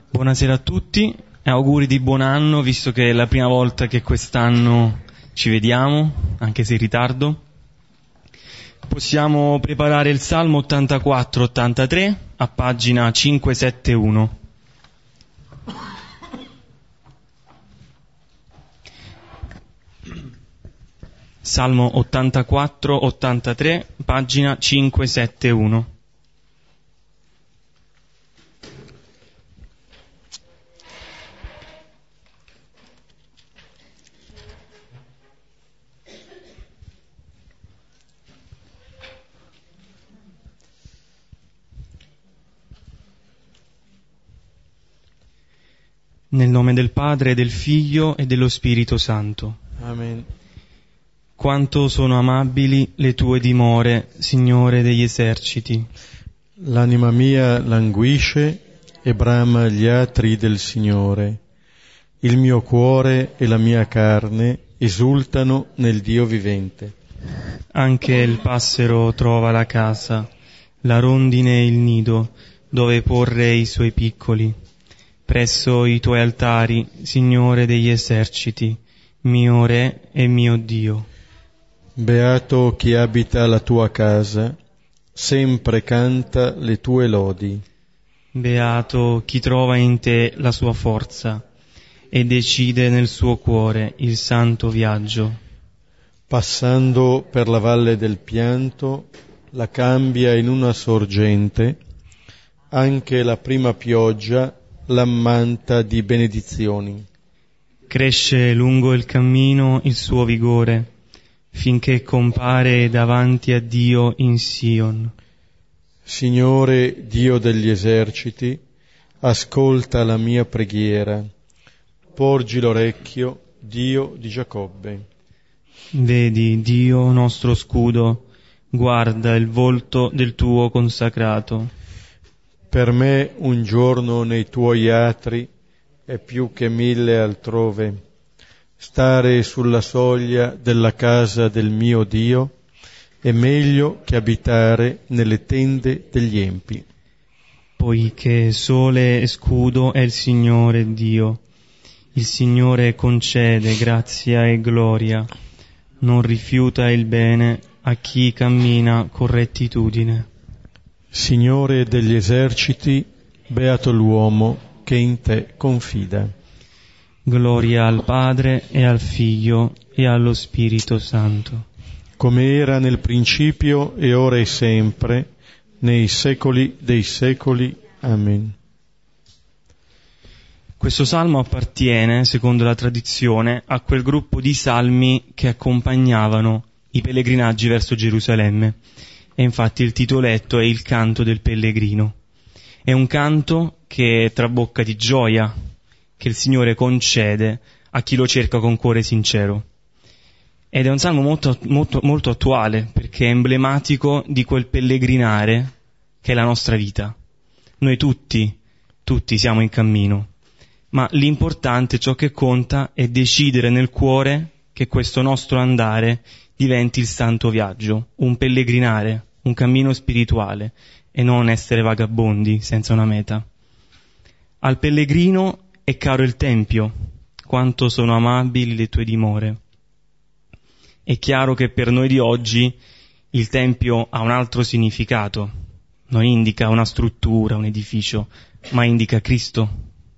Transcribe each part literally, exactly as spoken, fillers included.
Buonasera a tutti e auguri di buon anno, visto che è la prima volta che quest'anno ci vediamo, anche se in ritardo. Possiamo preparare il Salmo ottantaquattro ottantatré a pagina cinquecentosettantuno. Salmo ottantaquattro ottantatré, pagina cinquecentosettantuno. Nel nome del Padre, del Figlio e dello Spirito Santo. Amen. Quanto sono amabili le tue dimore, Signore degli eserciti. L'anima mia languisce e brama gli atri del Signore. Il mio cuore e la mia carne esultano nel Dio vivente. Anche il passero trova la casa, la rondine il nido, dove porre i suoi piccoli. Presso i tuoi altari, Signore degli eserciti, mio Re e mio Dio. Beato chi abita la tua casa, sempre canta le tue lodi. Beato chi trova in te la sua forza e decide nel suo cuore il santo viaggio. Passando per la valle del pianto, la cambia in una sorgente, anche la prima pioggia l'ammanta di benedizioni. Cresce lungo il cammino il suo vigore, finché compare davanti a Dio in Sion. Signore Dio degli eserciti, ascolta la mia preghiera. Porgi l'orecchio, Dio di Giacobbe. Vedi, Dio nostro scudo, guarda il volto del tuo consacrato. Per me un giorno nei tuoi atri è più che mille altrove. Stare sulla soglia della casa del mio Dio è meglio che abitare nelle tende degli empi. Poiché sole e scudo è il Signore Dio. Il Signore concede grazia e gloria. Non rifiuta il bene a chi cammina con rettitudine. Signore degli eserciti, beato l'uomo che in te confida. Gloria al Padre e al Figlio e allo Spirito Santo. Come era nel principio e ora e sempre, nei secoli dei secoli. Amen. Questo salmo appartiene, secondo la tradizione, a quel gruppo di salmi che accompagnavano i pellegrinaggi verso Gerusalemme. E infatti il titoletto è il canto del pellegrino. È un canto che trabocca di gioia, che il Signore concede a chi lo cerca con cuore sincero. Ed è un salmo molto, molto, molto attuale, perché è emblematico di quel pellegrinare che è la nostra vita. Noi tutti, tutti siamo in cammino, ma l'importante, ciò che conta, è decidere nel cuore che questo nostro andare diventi il santo viaggio, un pellegrinare, un cammino spirituale, e non essere vagabondi senza una meta. Al pellegrino è caro il Tempio, quanto sono amabili le tue dimore. È chiaro che per noi di oggi il Tempio ha un altro significato, non indica una struttura, un edificio, ma indica Cristo.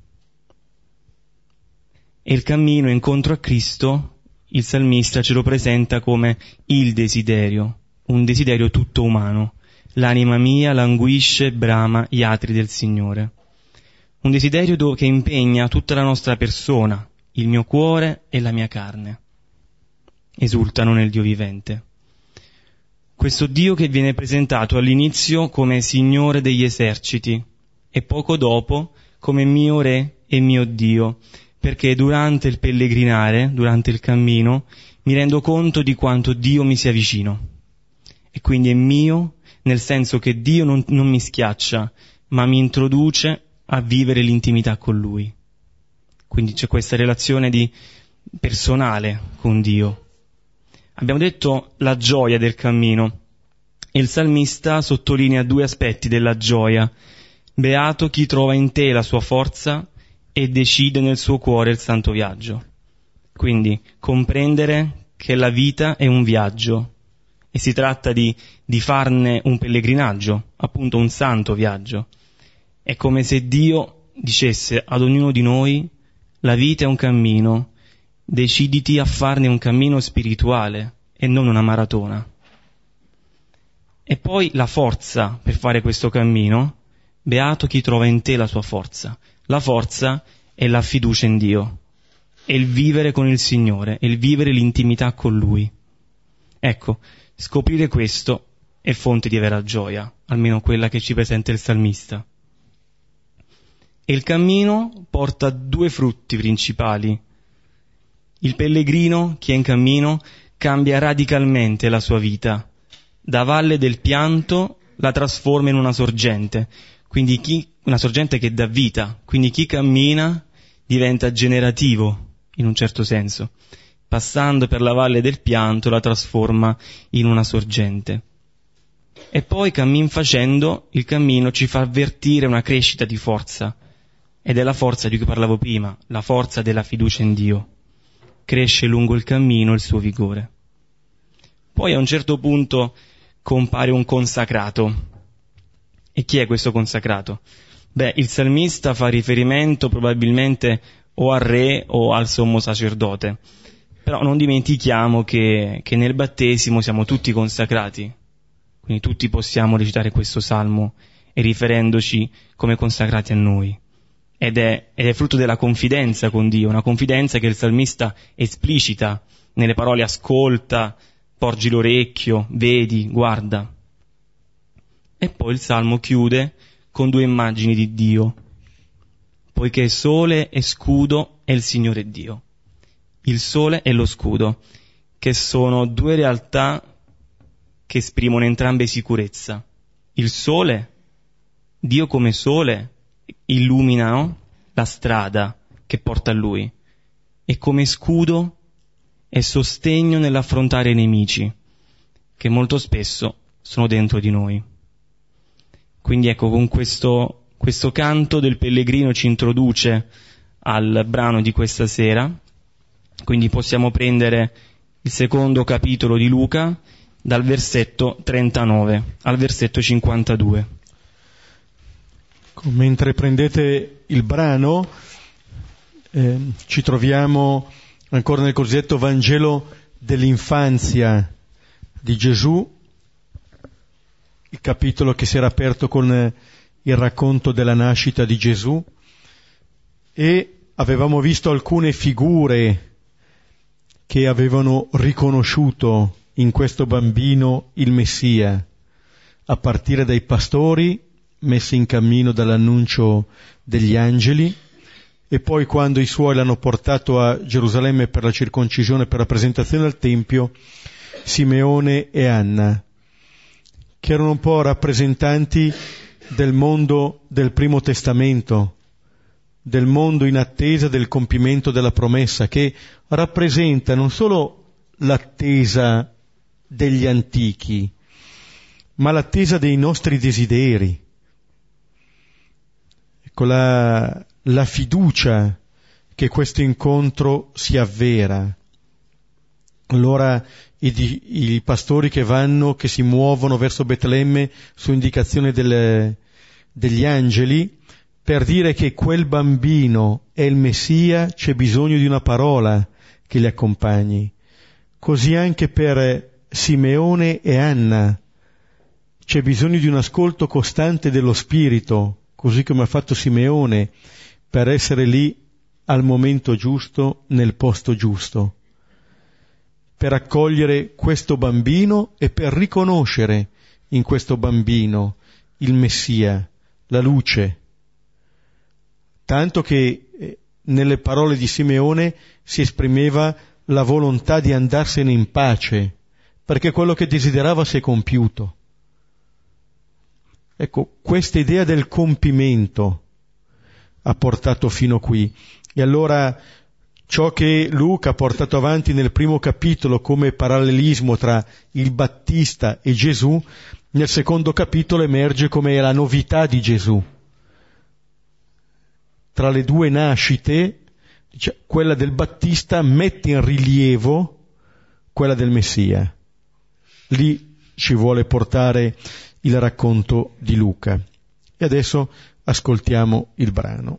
E il cammino incontro a Cristo, il salmista ce lo presenta come il desiderio, un desiderio tutto umano. L'anima mia languisce e brama gli atri del Signore. Un desiderio che impegna tutta la nostra persona, il mio cuore e la mia carne. Esultano nel Dio vivente. Questo Dio che viene presentato all'inizio come Signore degli eserciti e poco dopo come mio Re e mio Dio, perché durante il pellegrinare, durante il cammino, mi rendo conto di quanto Dio mi sia vicino. E quindi è mio, nel senso che Dio non, non mi schiaccia, ma mi introduce a vivere l'intimità con Lui. Quindi c'è questa relazione di personale con Dio. Abbiamo detto la gioia del cammino, e il salmista sottolinea due aspetti della gioia. Beato chi trova in te la sua forza e decide nel suo cuore il santo viaggio. Quindi comprendere che la vita è un viaggio e si tratta di, di farne un pellegrinaggio, appunto un santo viaggio. È come se Dio dicesse ad ognuno di noi: la vita è un cammino, deciditi a farne un cammino spirituale e non una maratona. E poi la forza per fare questo cammino: beato chi trova in te la sua forza. La forza è la fiducia in Dio, è il vivere con il Signore, è il vivere l'intimità con Lui. Ecco, scoprire questo è fonte di vera gioia, almeno quella che ci presenta il salmista. E il cammino porta due frutti principali. Il pellegrino, chi è in cammino, cambia radicalmente la sua vita. Da valle del pianto la trasforma in una sorgente, quindi chi, una sorgente che dà vita, quindi chi cammina diventa generativo in un certo senso. Passando per la valle del pianto la trasforma in una sorgente. E poi cammin facendo il cammino ci fa avvertire una crescita di forza, ed è la forza di cui parlavo prima, la forza della fiducia in Dio. Cresce lungo il cammino il suo vigore. Poi a un certo punto compare un consacrato. E chi è questo consacrato? Beh, il salmista fa riferimento probabilmente o al re o al sommo sacerdote. Però non dimentichiamo che, che nel battesimo siamo tutti consacrati. Quindi tutti possiamo recitare questo salmo e riferendoci come consacrati a noi. Ed è, ed è frutto della confidenza con Dio, una confidenza che il salmista esplicita nelle parole ascolta, porgi l'orecchio, vedi, guarda. E poi il salmo chiude con due immagini di Dio, poiché sole e scudo è il Signore Dio. Il sole e lo scudo, che sono due realtà che esprimono entrambe sicurezza. Il sole, Dio come sole, illumina, no? La strada che porta a Lui, e come scudo è sostegno nell'affrontare i nemici, che molto spesso sono dentro di noi. Quindi ecco, con questo, questo canto del pellegrino ci introduce al brano di questa sera. Quindi possiamo prendere il secondo capitolo di Luca dal versetto trentanove al versetto cinquantadue. Mentre prendete il brano, eh, ci troviamo ancora nel cosiddetto Vangelo dell'infanzia di Gesù, il capitolo che si era aperto con il racconto della nascita di Gesù, e avevamo visto alcune figure che avevano riconosciuto in questo bambino il Messia, a partire dai pastori messi in cammino dall'annuncio degli angeli, e poi quando i suoi l'hanno portato a Gerusalemme per la circoncisione, per la presentazione al Tempio, Simeone e Anna, che erano un po' rappresentanti del mondo del Primo Testamento, del mondo in attesa del compimento della promessa, che rappresenta non solo l'attesa degli antichi, ma l'attesa dei nostri desideri. Ecco, la, la fiducia che questo incontro si avvera. Allora i, i pastori che vanno, che si muovono verso Betlemme su indicazione delle, degli angeli, per dire che quel bambino è il Messia, c'è bisogno di una parola che li accompagni. Così anche per Simeone e Anna c'è bisogno di un ascolto costante dello Spirito, così come ha fatto Simeone, per essere lì al momento giusto, nel posto giusto, per accogliere questo bambino e per riconoscere in questo bambino il Messia, la luce. Tanto che eh, nelle parole di Simeone si esprimeva la volontà di andarsene in pace, perché quello che desiderava si è compiuto. Ecco, questa idea del compimento ha portato fino qui. E allora ciò che Luca ha portato avanti nel primo capitolo come parallelismo tra il Battista e Gesù, nel secondo capitolo emerge come la novità di Gesù. tra le due nascite, cioè, quella del Battista mette in rilievo quella del Messia. Lì ci vuole portare il racconto di Luca. E adesso ascoltiamo il brano.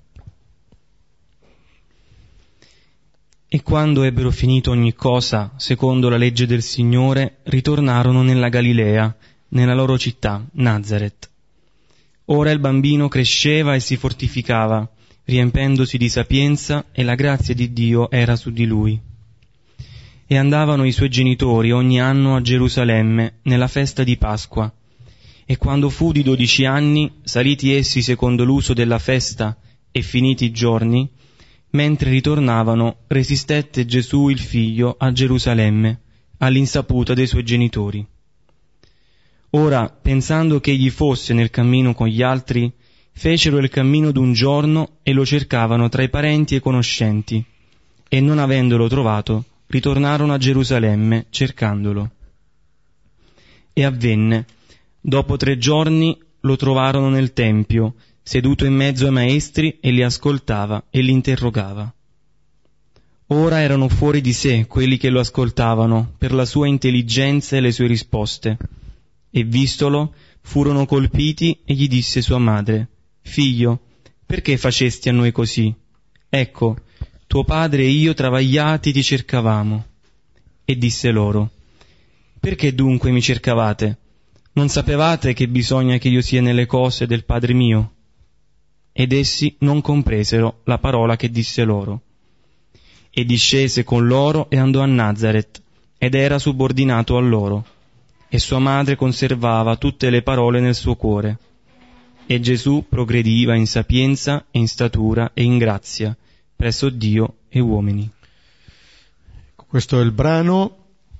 E quando ebbero finito ogni cosa, secondo la legge del Signore, ritornarono nella Galilea, nella loro città, Nazaret. Ora il bambino cresceva e si fortificava, riempendosi di sapienza, e la grazia di Dio era su di lui. E andavano i suoi genitori ogni anno a Gerusalemme, nella festa di Pasqua. E quando fu di dodici anni, saliti essi secondo l'uso della festa e finiti i giorni, mentre ritornavano, resistette Gesù il figlio a Gerusalemme, all'insaputa dei suoi genitori. Ora, pensando che egli fosse nel cammino con gli altri, fecero il cammino d'un giorno e lo cercavano tra i parenti e conoscenti, e non avendolo trovato, ritornarono a Gerusalemme cercandolo. E avvenne, dopo tre giorni lo trovarono nel tempio, seduto in mezzo ai maestri, e li ascoltava e li interrogava. Ora erano fuori di sé quelli che lo ascoltavano per la sua intelligenza e le sue risposte. E vistolo, furono colpiti e gli disse sua madre: «Figlio, perché facesti a noi così? Ecco, tuo padre e io travagliati ti cercavamo». E disse loro: «Perché dunque mi cercavate? Non sapevate che bisogna che io sia nelle cose del Padre mio?» Ed essi non compresero la parola che disse loro. E discese con loro e andò a Nazaret, ed era subordinato a loro. E sua madre conservava tutte le parole nel suo cuore. E Gesù progrediva in sapienza e in statura e in grazia presso Dio e uomini. Questo è il brano.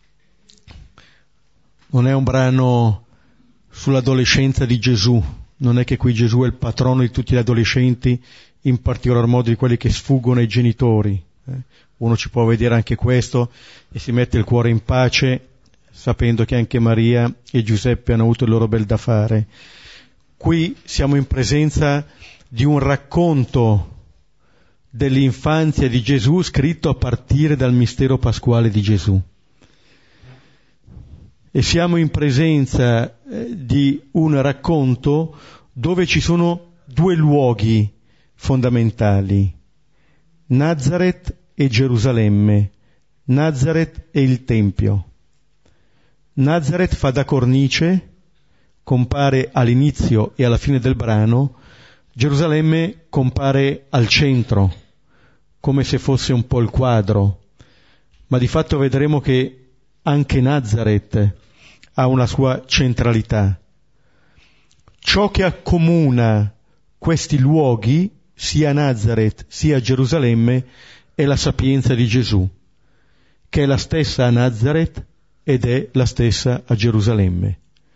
Non è un brano sull'adolescenza di Gesù. Non è che qui Gesù è il patrono di tutti gli adolescenti, in particolar modo di quelli che sfuggono ai genitori. Uno ci può vedere anche questo e si mette il cuore in pace, sapendo che anche Maria e Giuseppe hanno avuto il loro bel da fare. Qui siamo in presenza di un racconto dell'infanzia di Gesù scritto a partire dal mistero pasquale di Gesù. E siamo in presenza di un racconto dove ci sono due luoghi fondamentali: Nazaret e Gerusalemme, Nazaret e il Tempio. Nazaret fa da cornice, compare all'inizio e alla fine del brano, Gerusalemme compare al centro, come se fosse un po' il quadro, ma di fatto vedremo che anche Nazaret ha una sua centralità. Ciò che accomuna questi luoghi, sia Nazaret sia Gerusalemme, è la sapienza di Gesù, che è la stessa a Nazaret ed è la stessa a Gerusalemme.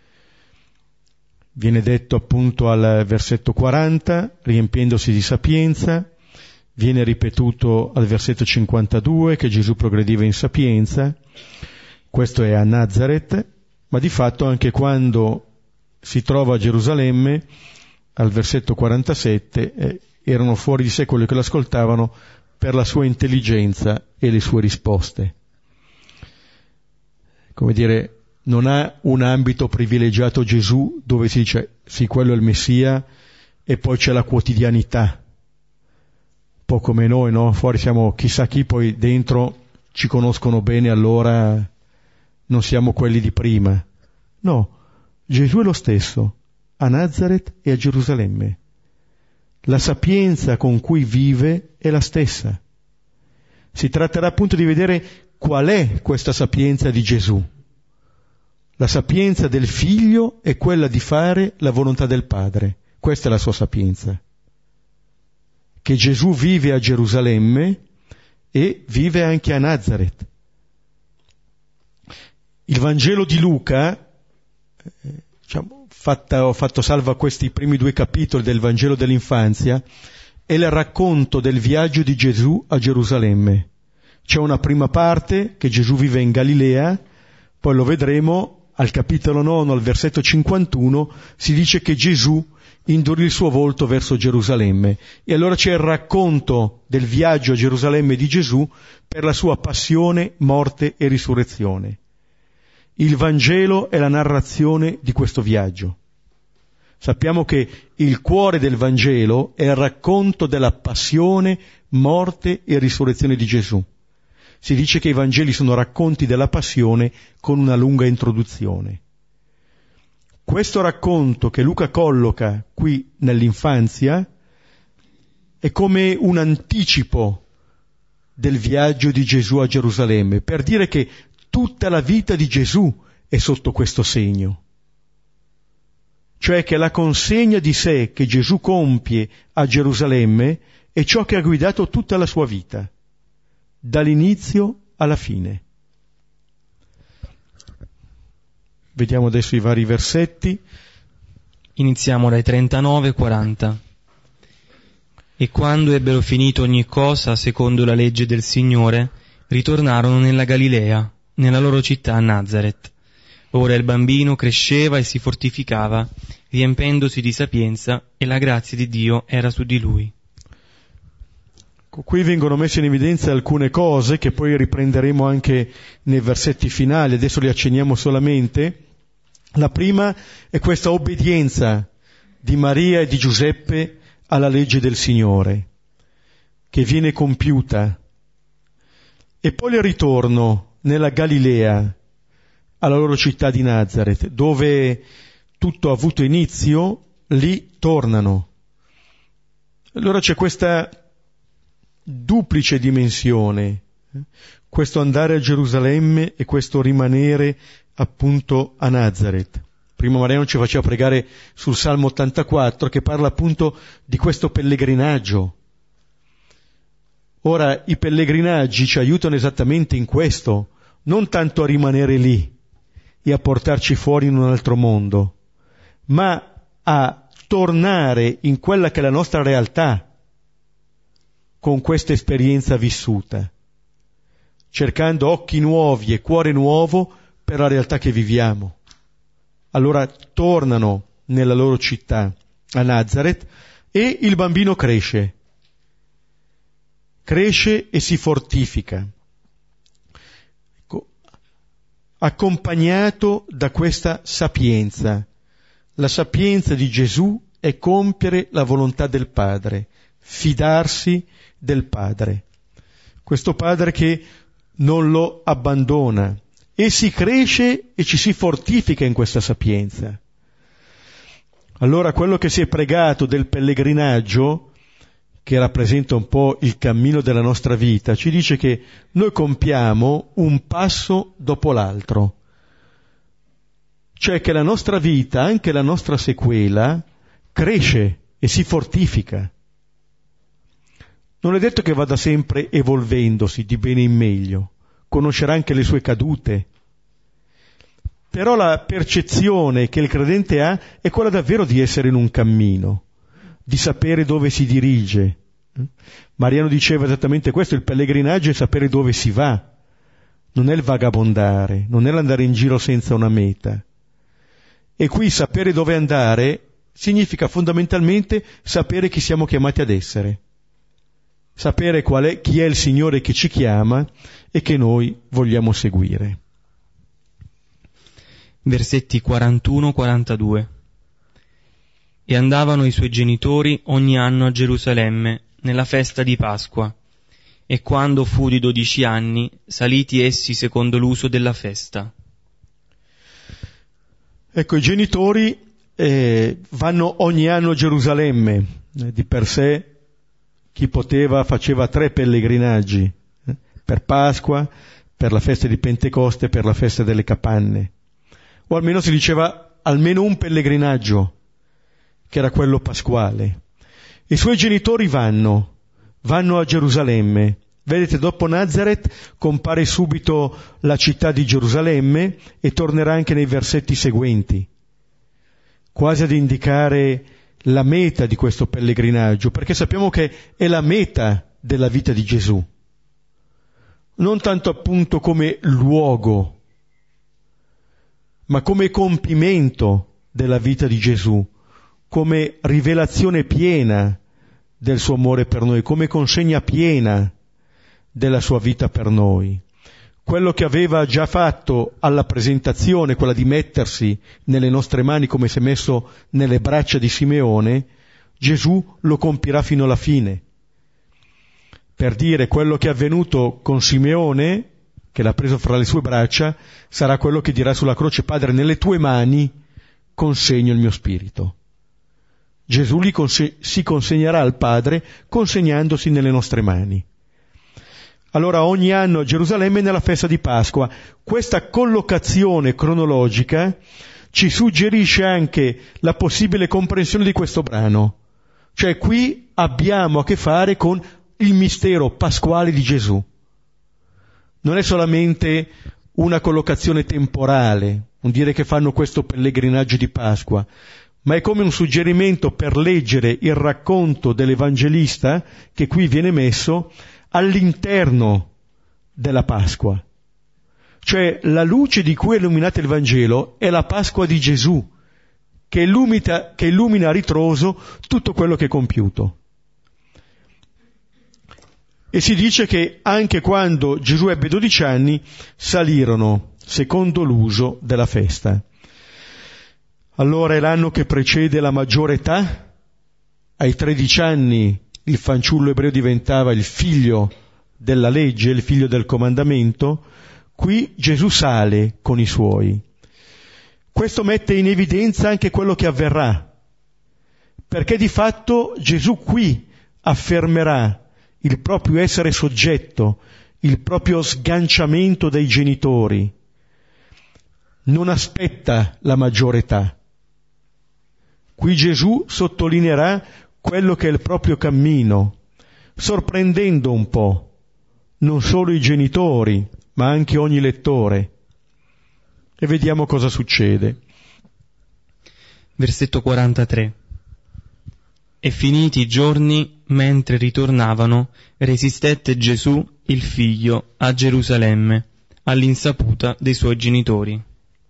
Viene detto appunto al versetto quaranta, riempiendosi di sapienza, viene ripetuto al versetto cinquantadue che Gesù progrediva in sapienza. Questo è a Nazaret, ma di fatto anche quando si trova a Gerusalemme, al versetto quarantasette, eh, erano fuori di sé quelli che lo ascoltavano per la sua intelligenza e le sue risposte. Come dire, non ha un ambito privilegiato Gesù dove si dice sì, quello è il Messia, e poi c'è la quotidianità. Un po' come noi, no? Fuori siamo chissà chi, poi dentro ci conoscono bene, allora non siamo quelli di prima. No, Gesù è lo stesso, a Nazaret e a Gerusalemme. La sapienza con cui vive è la stessa. Si tratterà appunto di vedere qual è questa sapienza di Gesù. La sapienza del Figlio è quella di fare la volontà del Padre. Questa è la sua sapienza. Che Gesù vive a Gerusalemme e vive anche a Nazaret. Il Vangelo di Luca, eh, diciamo, fatta, ho fatto salva questi primi due capitoli del Vangelo dell'infanzia, è il racconto del viaggio di Gesù a Gerusalemme. C'è una prima parte che Gesù vive in Galilea, poi lo vedremo, al capitolo nove, al versetto cinquantuno, si dice che Gesù indurì il suo volto verso Gerusalemme. E allora c'è il racconto del viaggio a Gerusalemme di Gesù per la sua passione, morte e risurrezione. Il Vangelo è la narrazione di questo viaggio. Sappiamo che il cuore del Vangelo è il racconto della passione, morte e risurrezione di Gesù. Si dice che i Vangeli sono racconti della passione con una lunga introduzione. Questo racconto che Luca colloca qui nell'infanzia è come un anticipo del viaggio di Gesù a Gerusalemme, per dire che tutta la vita di Gesù è sotto questo segno. Cioè che la consegna di sé che Gesù compie a Gerusalemme è ciò che ha guidato tutta la sua vita, dall'inizio alla fine. Vediamo adesso i vari versetti. Iniziamo dai trentanove ai quaranta. E quando ebbero finito ogni cosa secondo la legge del Signore, ritornarono nella Galilea, nella loro città Nazaret. Ora il bambino cresceva e si fortificava, riempendosi di sapienza, e la grazia di Dio era su di lui. Qui vengono messe in evidenza alcune cose che poi riprenderemo anche nei versetti finali, adesso li accenniamo solamente. La prima è questa obbedienza di Maria e di Giuseppe alla legge del Signore, che viene compiuta. E poi il ritorno nella Galilea, alla loro città di Nazaret, dove tutto ha avuto inizio, lì tornano. Allora c'è questa duplice dimensione, eh? questo andare a Gerusalemme e questo rimanere appunto a Nazaret. Prima Mariano ci faceva pregare sul Salmo ottantaquattro che parla appunto di questo pellegrinaggio. Ora i pellegrinaggi ci aiutano esattamente in questo, non tanto a rimanere lì e a portarci fuori in un altro mondo, ma a tornare in quella che è la nostra realtà con questa esperienza vissuta, cercando occhi nuovi e cuore nuovo per la realtà che viviamo. Allora tornano nella loro città, a Nazaret, e il bambino cresce, cresce e si fortifica, accompagnato da questa sapienza. La sapienza di Gesù è compiere la volontà del Padre, fidarsi del Padre. Questo Padre che non lo abbandona, e si cresce e ci si fortifica in questa sapienza. Allora quello che si è pregato del pellegrinaggio, che rappresenta un po' il cammino della nostra vita, ci dice che noi compiamo un passo dopo l'altro. Cioè che la nostra vita, anche la nostra sequela, cresce e si fortifica. Non è detto che vada sempre evolvendosi di bene in meglio, conoscerà anche le sue cadute. Però la percezione che il credente ha è quella davvero di essere in un cammino, di sapere dove si dirige. Mariano diceva esattamente questo: il pellegrinaggio è sapere dove si va, non è il vagabondare, non è l'andare in giro senza una meta. E qui sapere dove andare significa fondamentalmente sapere chi siamo chiamati ad essere, sapere qual è, chi è il Signore che ci chiama e che noi vogliamo seguire. Versetti quarantuno quarantadue. E andavano i suoi genitori ogni anno a Gerusalemme nella festa di Pasqua, e quando fu di dodici anni, saliti essi secondo l'uso della festa. Ecco, i genitori eh, vanno ogni anno a Gerusalemme. Eh, di per sé chi poteva faceva tre pellegrinaggi, eh, per Pasqua, per la festa di Pentecoste e per la festa delle Capanne. O almeno si diceva almeno un pellegrinaggio, che era quello pasquale. I suoi genitori vanno, vanno a Gerusalemme. Vedete, dopo Nazaret compare subito la città di Gerusalemme e tornerà anche nei versetti seguenti, quasi ad indicare la meta di questo pellegrinaggio, perché sappiamo che è la meta della vita di Gesù, non tanto appunto come luogo, ma come compimento della vita di Gesù, come rivelazione piena del suo amore per noi, come consegna piena della sua vita per noi. Quello che aveva già fatto alla presentazione, quella di mettersi nelle nostre mani come si è messo nelle braccia di Simeone, Gesù lo compirà fino alla fine. Per dire, quello che è avvenuto con Simeone, che l'ha preso fra le sue braccia, sarà quello che dirà sulla croce: Padre, nelle tue mani consegno il mio spirito. Gesù li conse- si consegnerà al Padre consegnandosi nelle nostre mani. Allora ogni anno a Gerusalemme nella festa di Pasqua. Questa collocazione cronologica ci suggerisce anche la possibile comprensione di questo brano. Cioè qui abbiamo a che fare con il mistero pasquale di Gesù. Non è solamente una collocazione temporale, un dire che fanno questo pellegrinaggio di Pasqua, ma è come un suggerimento per leggere il racconto dell'Evangelista che qui viene messo all'interno della Pasqua. Cioè la luce di cui è illuminato il Vangelo è la Pasqua di Gesù, che illumina, che illumina a ritroso tutto quello che è compiuto. E si dice che anche quando Gesù ebbe dodici anni salirono secondo l'uso della festa. Allora è l'anno che precede la maggiore età. Ai tredici anni il fanciullo ebreo diventava il figlio della legge, il figlio del comandamento. Qui Gesù sale con i suoi. Questo mette in evidenza anche quello che avverrà, perché di fatto Gesù qui affermerà il proprio essere soggetto, il proprio sganciamento dai genitori. Non aspetta la maggiore età. Qui Gesù sottolineerà quello che è il proprio cammino, sorprendendo un po' non solo i genitori, ma anche ogni lettore. E vediamo cosa succede. Versetto quarantatré. E finiti i giorni, mentre ritornavano, resistette Gesù, il figlio, a Gerusalemme, all'insaputa dei suoi genitori.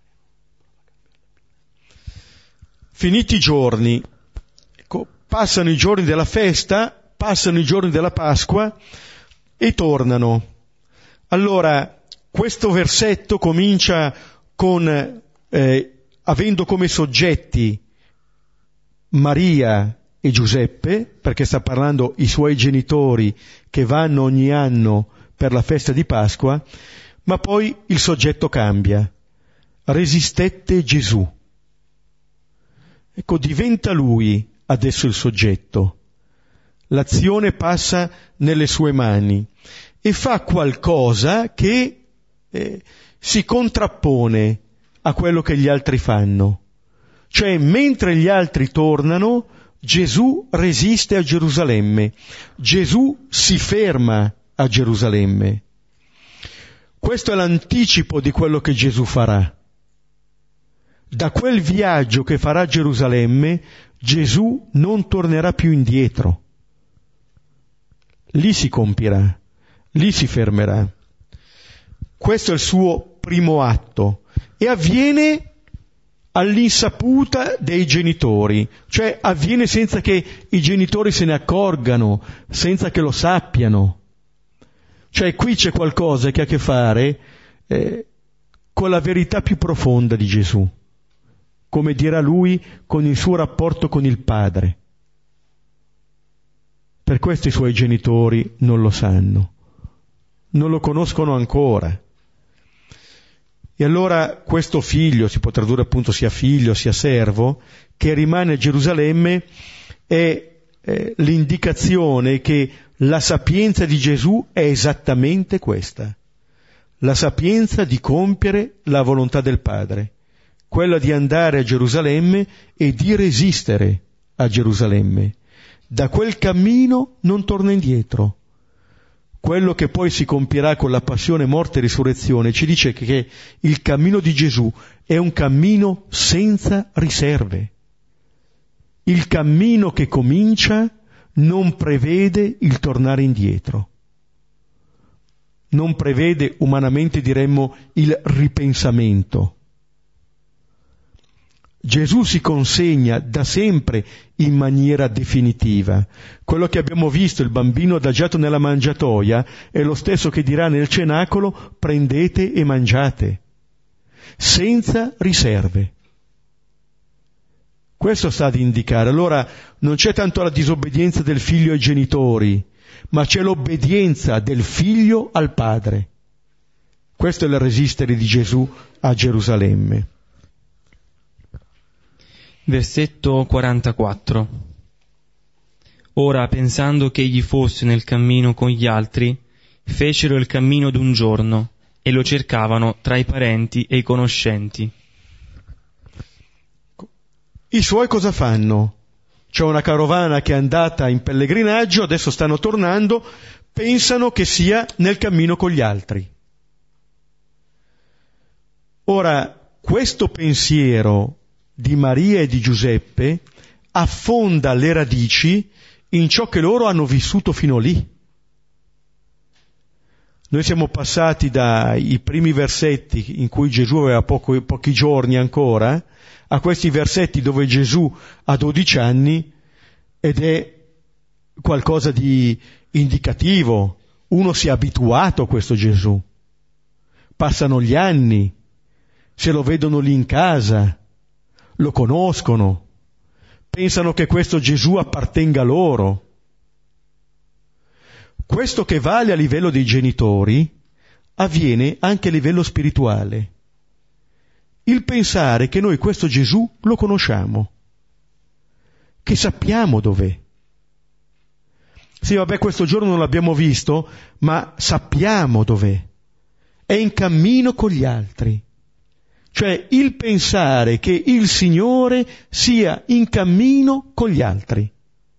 Finiti i giorni, ecco, passano i giorni della festa, passano i giorni della Pasqua e tornano. Allora, questo versetto comincia con, eh, avendo come soggetti Maria e Giuseppe, perché sta parlando i suoi genitori che vanno ogni anno per la festa di Pasqua, ma poi il soggetto cambia. Resistette Gesù. Ecco, diventa lui adesso il soggetto. L'azione passa nelle sue mani e fa qualcosa che eh, si contrappone a quello che gli altri fanno. Cioè, mentre gli altri tornano, Gesù resiste a Gerusalemme. Gesù si ferma a Gerusalemme. Questo è l'anticipo di quello che Gesù farà. Da quel viaggio che farà a Gerusalemme, Gesù non tornerà più indietro. Lì si compirà, lì si fermerà. Questo è il suo primo atto e avviene all'insaputa dei genitori, cioè avviene senza che i genitori se ne accorgano, senza che lo sappiano. Cioè qui c'è qualcosa che ha a che fare eh, con la verità più profonda di Gesù, come dirà lui, con il suo rapporto con il Padre. Per questo i suoi genitori non lo sanno, non lo conoscono ancora. E allora questo figlio, si può tradurre appunto sia figlio sia servo, che rimane a Gerusalemme, è eh, l'indicazione che la sapienza di Gesù è esattamente questa, la sapienza di compiere la volontà del Padre, quella di andare a Gerusalemme e di resistere a Gerusalemme. Da quel cammino non torna indietro. Quello che poi si compierà con la passione, morte e risurrezione ci dice che il cammino di Gesù è un cammino senza riserve. Il cammino che comincia non prevede il tornare indietro. Non prevede, umanamente diremmo, il ripensamento. Gesù si consegna da sempre in maniera definitiva. Quello che abbiamo visto, il bambino adagiato nella mangiatoia, è lo stesso che dirà nel cenacolo: prendete e mangiate, senza riserve. Questo sta ad indicare. Allora non c'è tanto la disobbedienza del figlio ai genitori, ma c'è l'obbedienza del figlio al padre. Questo è il resistere di Gesù a Gerusalemme. Versetto quarantaquattro. Ora, pensando che egli fosse nel cammino con gli altri, fecero il cammino d'un giorno e lo cercavano tra i parenti e i conoscenti. I suoi cosa fanno? C'è una carovana che è andata in pellegrinaggio, adesso stanno tornando, pensano che sia nel cammino con gli altri. Ora, questo pensiero di Maria e di Giuseppe affonda le radici in ciò che loro hanno vissuto fino lì. Noi siamo passati dai primi versetti in cui Gesù aveva poco, pochi giorni ancora, a questi versetti dove Gesù ha dodici anni, ed è qualcosa di indicativo. Uno si è abituato a questo Gesù. Passano gli anni, se lo vedono lì in casa, lo conoscono, pensano che questo Gesù appartenga loro. Questo che vale a livello dei genitori avviene anche a livello spirituale. Il pensare che noi questo Gesù lo conosciamo, che sappiamo dov'è. Sì, vabbè, questo giorno non l'abbiamo visto, ma sappiamo dov'è. È in cammino con gli altri. Cioè il pensare che il Signore sia in cammino con gli altri.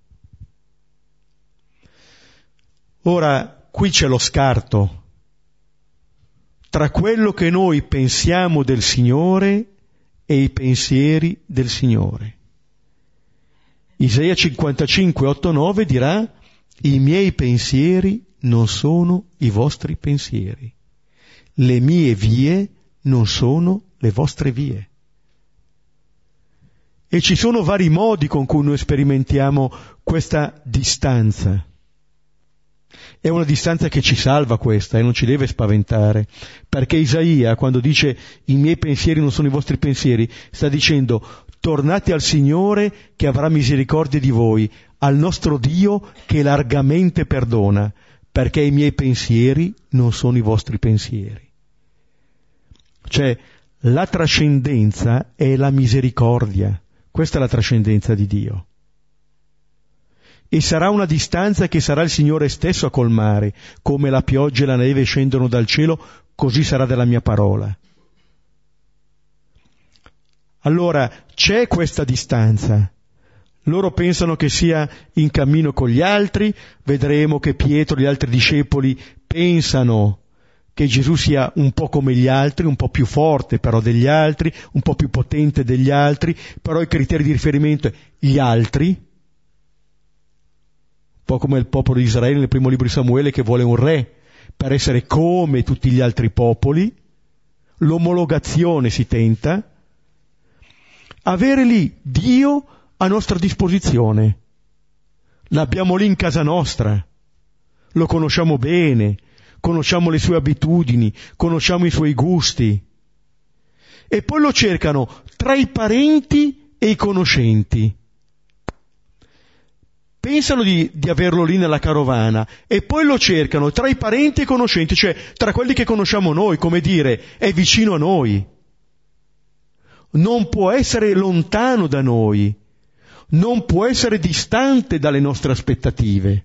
Ora, qui c'è lo scarto tra quello che noi pensiamo del Signore e i pensieri del Signore. Isaia cinquantacinque, otto nove dirà: i miei pensieri non sono i vostri pensieri, le mie vie non sono le vostre vie. E ci sono vari modi con cui noi sperimentiamo questa distanza. È una distanza che ci salva questa e non ci deve spaventare, perché Isaia, quando dice i miei pensieri non sono i vostri pensieri, sta dicendo: tornate al Signore che avrà misericordia di voi, al nostro Dio che largamente perdona, perché i miei pensieri non sono i vostri pensieri. Cioè, la trascendenza è la misericordia. Questa è la trascendenza di Dio. E sarà una distanza che sarà il Signore stesso a colmare, come la pioggia e la neve scendono dal cielo, così sarà della mia parola. Allora, c'è questa distanza. Loro pensano che sia in cammino con gli altri, vedremo che Pietro e gli altri discepoli pensano che Gesù sia un po' come gli altri, un po' più forte però degli altri, un po' più potente degli altri, però i criteri di riferimento gli altri, un po' come il popolo di Israele nel primo libro di Samuele che vuole un re per essere come tutti gli altri popoli, l'omologazione si tenta, avere lì Dio a nostra disposizione, l'abbiamo lì in casa nostra, lo conosciamo bene, conosciamo le sue abitudini, conosciamo i suoi gusti, e poi lo cercano tra i parenti e i conoscenti. Pensano di, di averlo lì nella carovana e poi lo cercano tra i parenti e i conoscenti, cioè tra quelli che conosciamo noi, come dire, è vicino a noi. Non può essere lontano da noi, non può essere distante dalle nostre aspettative.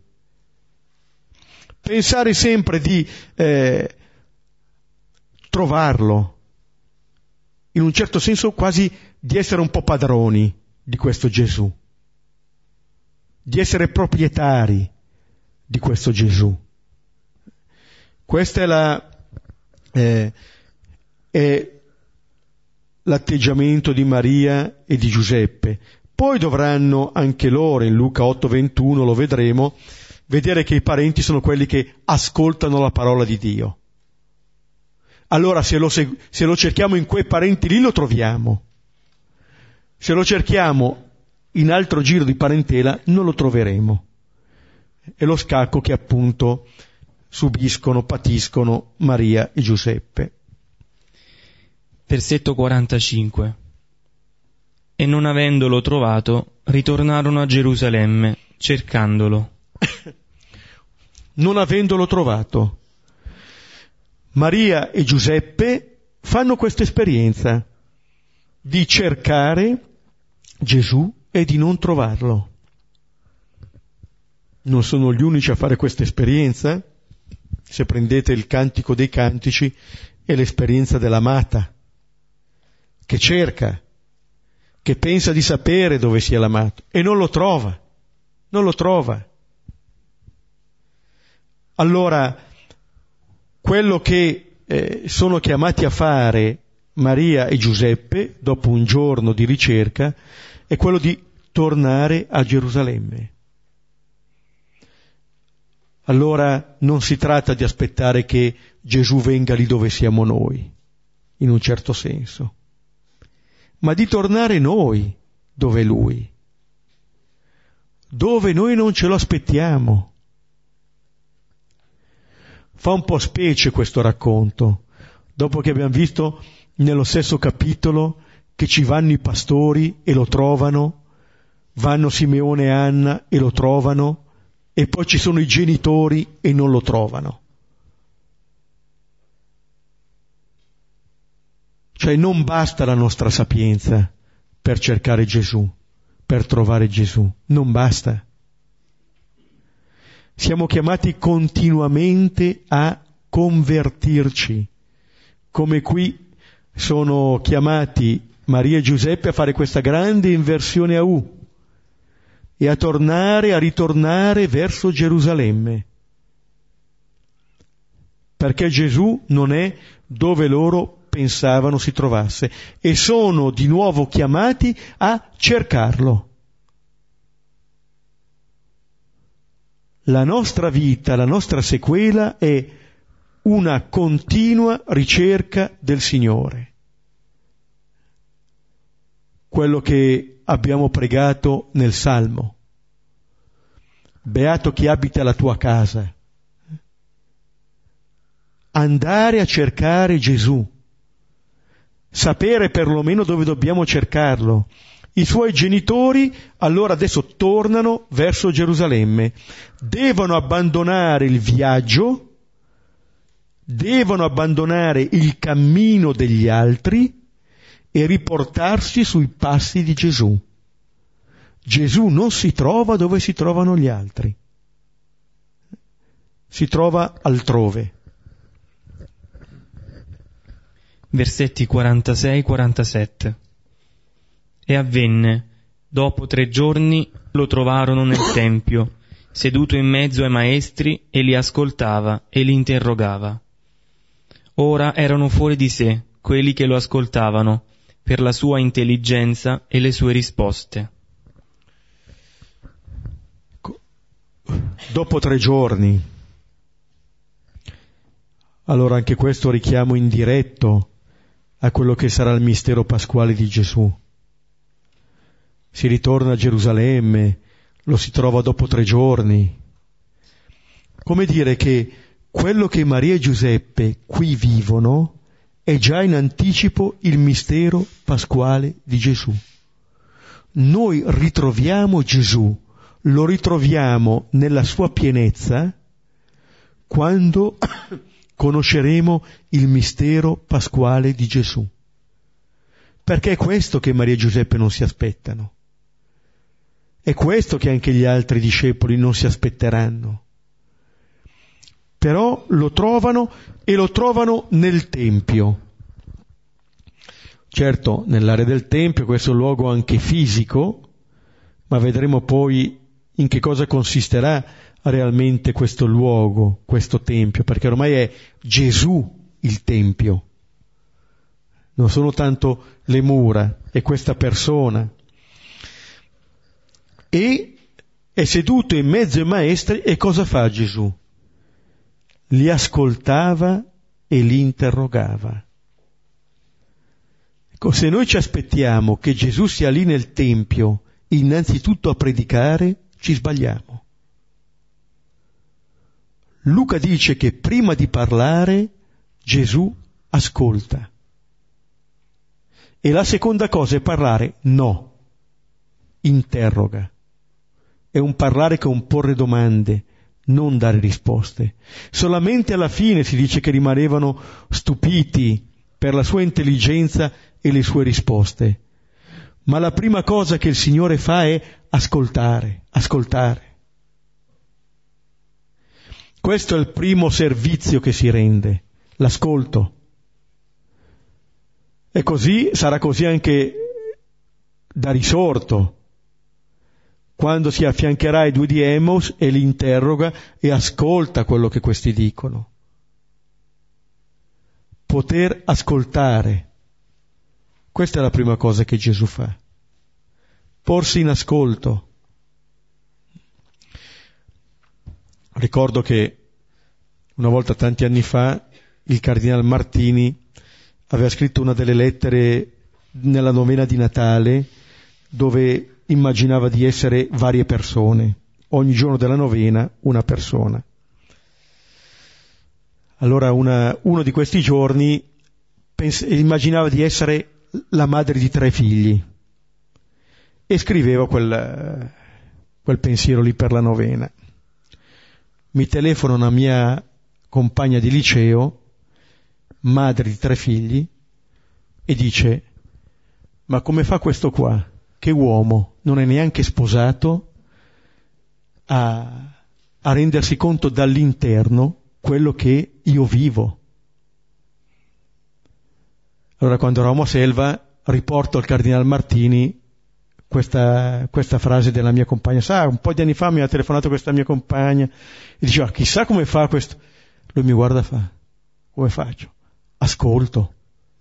Pensare sempre di eh, trovarlo, in un certo senso quasi di essere un po' padroni di questo Gesù, di essere proprietari di questo Gesù. Questa è la eh, è l'atteggiamento di Maria e di Giuseppe. Poi dovranno anche loro, in Luca otto ventuno lo vedremo, vedere che i parenti sono quelli che ascoltano la parola di Dio. Allora se lo, se lo cerchiamo in quei parenti lì lo troviamo. Se lo cerchiamo in altro giro di parentela non lo troveremo. È lo scacco che appunto subiscono, patiscono Maria e Giuseppe. Versetto quarantacinque. E non avendolo trovato, ritornarono a Gerusalemme, cercandolo. Non avendolo trovato. Maria e Giuseppe fanno questa esperienza di cercare Gesù e di non trovarlo. Non sono gli unici a fare questa esperienza. Se prendete il Cantico dei Cantici, è l'esperienza dell'amata, che cerca, che pensa di sapere dove sia l'amato e non lo trova, non lo trova. Allora, quello che eh, sono chiamati a fare Maria e Giuseppe, dopo un giorno di ricerca, è quello di tornare a Gerusalemme. Allora non si tratta di aspettare che Gesù venga lì dove siamo noi, in un certo senso, ma di tornare noi dove è Lui, dove noi non ce lo aspettiamo. Fa un po' specie questo racconto, dopo che abbiamo visto nello stesso capitolo che ci vanno i pastori e lo trovano, vanno Simeone e Anna e lo trovano, e poi ci sono i genitori e non lo trovano. Cioè non basta la nostra sapienza per cercare Gesù, per trovare Gesù, non basta. Siamo chiamati continuamente a convertirci, come qui sono chiamati Maria e Giuseppe a fare questa grande inversione a U e a tornare, a ritornare verso Gerusalemme, perché Gesù non è dove loro pensavano si trovasse e sono di nuovo chiamati a cercarlo. La nostra vita, la nostra sequela è una continua ricerca del Signore. Quello che abbiamo pregato nel Salmo. Beato chi abita la tua casa. Andare a cercare Gesù. Sapere perlomeno dove dobbiamo cercarlo. I suoi genitori allora adesso tornano verso Gerusalemme. Devono abbandonare il viaggio, devono abbandonare il cammino degli altri e riportarsi sui passi di Gesù. Gesù non si trova dove si trovano gli altri, si trova altrove. Versetti quarantasei quarantasette. E avvenne, dopo tre giorni lo trovarono nel tempio, seduto in mezzo ai maestri, e li ascoltava e li interrogava. Ora erano fuori di sé quelli che lo ascoltavano, per la sua intelligenza e le sue risposte. Dopo tre giorni, allora anche questo richiamo indiretto a quello che sarà il mistero pasquale di Gesù. Si ritorna a Gerusalemme, lo si trova dopo tre giorni. Come dire che quello che Maria e Giuseppe qui vivono è già in anticipo il mistero pasquale di Gesù. Noi ritroviamo Gesù, lo ritroviamo nella sua pienezza quando conosceremo il mistero pasquale di Gesù. Perché è questo che Maria e Giuseppe non si aspettano. È questo che anche gli altri discepoli non si aspetteranno. Però lo trovano e lo trovano nel Tempio. Certo, nell'area del Tempio, questo è un luogo anche fisico, ma vedremo poi in che cosa consisterà realmente questo luogo, questo Tempio, perché ormai è Gesù il Tempio. Non sono tanto le mura, è questa persona. E è seduto in mezzo ai maestri e cosa fa Gesù? Li ascoltava e li interrogava. Se noi ci aspettiamo che Gesù sia lì nel Tempio innanzitutto a predicare, ci sbagliamo. Luca dice che prima di parlare Gesù ascolta. E la seconda cosa è parlare? No, interroga. È un parlare con porre domande, non dare risposte. Solamente alla fine si dice che rimanevano stupiti per la sua intelligenza e le sue risposte. Ma la prima cosa che il Signore fa è ascoltare, ascoltare. Questo è il primo servizio che si rende, l'ascolto. E così sarà così anche da risorto, quando si affiancherà ai due di Emmaus e li interroga e ascolta quello che questi dicono. Poter ascoltare. Questa è la prima cosa che Gesù fa. Porsi in ascolto. Ricordo che una volta, tanti anni fa, il Cardinal Martini aveva scritto una delle lettere nella novena di Natale dove immaginava di essere varie persone. Ogni giorno della novena una persona. Allora una, uno di questi giorni pens- immaginava di essere la madre di tre figli e scriveva quel, quel pensiero lì per la novena. Mi telefona una mia compagna di liceo, madre di tre figli, e dice: ma come fa questo qua, che uomo, non è neanche sposato, a, a rendersi conto dall'interno quello che io vivo? Allora, quando eravamo a Selva, riporto al Cardinal Martini questa, questa frase della mia compagna. Sa, un po' di anni fa mi ha telefonato questa mia compagna e diceva: chissà come fa questo. Lui mi guarda e fa: come faccio? Ascolto.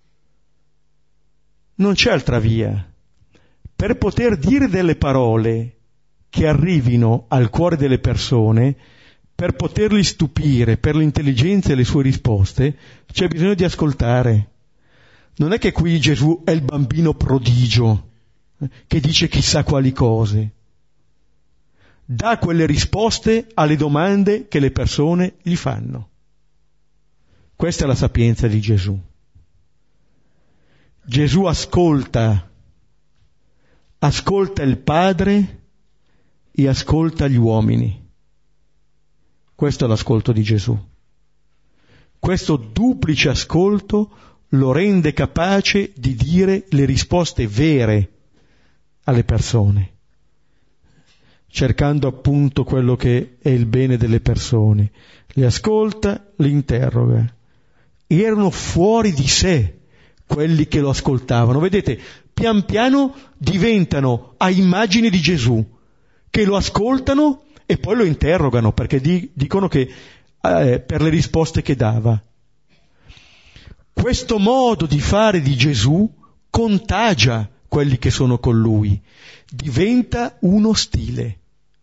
Non c'è altra via. Per poter dire delle parole che arrivino al cuore delle persone, per poterli stupire per l'intelligenza e le sue risposte, c'è bisogno di ascoltare. Non è che qui Gesù è il bambino prodigio che dice chissà quali cose. Dà quelle risposte alle domande che le persone gli fanno. Questa è la sapienza di Gesù. Gesù ascolta, ascolta il Padre e ascolta gli uomini. Questo è l'ascolto di Gesù. Questo duplice ascolto lo rende capace di dire le risposte vere alle persone, cercando appunto quello che è il bene delle persone. Le ascolta, le interroga. Erano fuori di sé quelli che lo ascoltavano. Vedete, pian piano diventano a immagine di Gesù, che lo ascoltano e poi lo interrogano, perché di, dicono che eh, per le risposte che dava. Questo modo di fare di Gesù contagia quelli che sono con lui, diventa uno stile.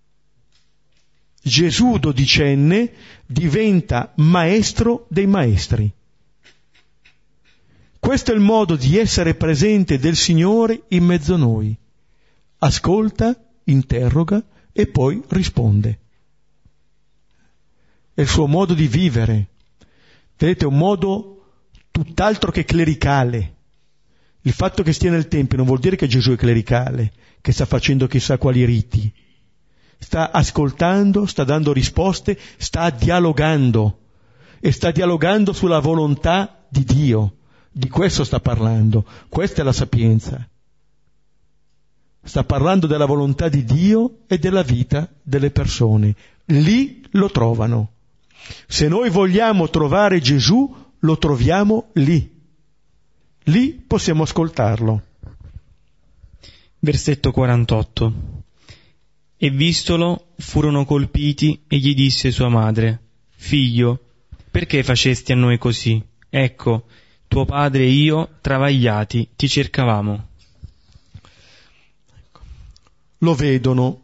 Gesù dodicenne diventa maestro dei maestri. Questo è il modo di essere presente del Signore in mezzo a noi. Ascolta, interroga e poi risponde. È il suo modo di vivere. Vedete, è un modo tutt'altro che clericale. Il fatto che stia nel Tempio non vuol dire che Gesù è clericale, che sta facendo chissà quali riti. Sta ascoltando, sta dando risposte, sta dialogando e sta dialogando sulla volontà di Dio. Di questo sta parlando. Questa è la sapienza. Sta parlando della volontà di Dio e della vita delle persone. Lì lo trovano. Se noi vogliamo trovare Gesù, lo troviamo lì. Lì possiamo ascoltarlo. Versetto quarantotto. E vistolo, furono colpiti e gli disse sua madre: Figlio, perché facesti a noi così? Ecco, tuo padre e io, travagliati, ti cercavamo. Lo vedono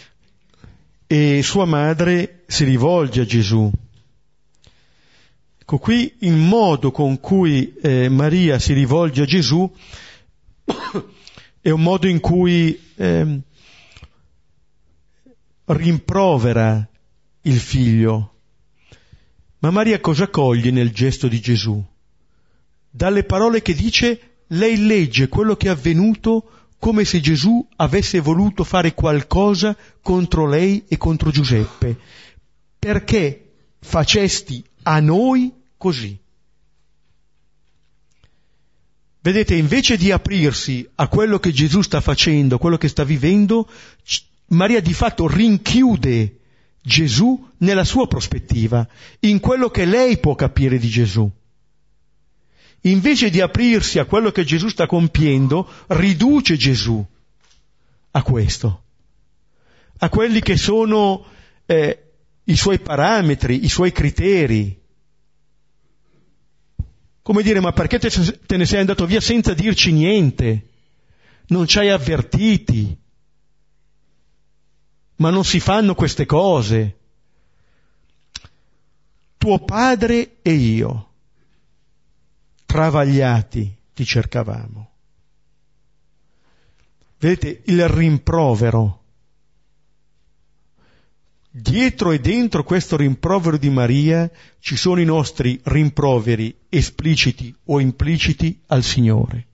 e sua madre si rivolge a Gesù. Ecco, qui il modo con cui eh, Maria si rivolge a Gesù è un modo in cui eh, rimprovera il figlio. Ma Maria cosa coglie nel gesto di Gesù? Dalle parole che dice, lei legge quello che è avvenuto come se Gesù avesse voluto fare qualcosa contro lei e contro Giuseppe. Perché facesti a noi così? Vedete, invece di aprirsi a quello che Gesù sta facendo, a quello che sta vivendo, Maria di fatto rinchiude Gesù nella sua prospettiva, in quello che lei può capire di Gesù. Invece di aprirsi a quello che Gesù sta compiendo, riduce Gesù a questo, a quelli che sono eh, i suoi parametri, i suoi criteri. Come dire, ma perché te, te ne sei andato via senza dirci niente? Non ci hai avvertiti? Ma non si fanno queste cose. Tuo padre e io, travagliati, ti cercavamo. Vedete, il rimprovero. Dietro e dentro questo rimprovero di Maria ci sono i nostri rimproveri espliciti o impliciti al Signore.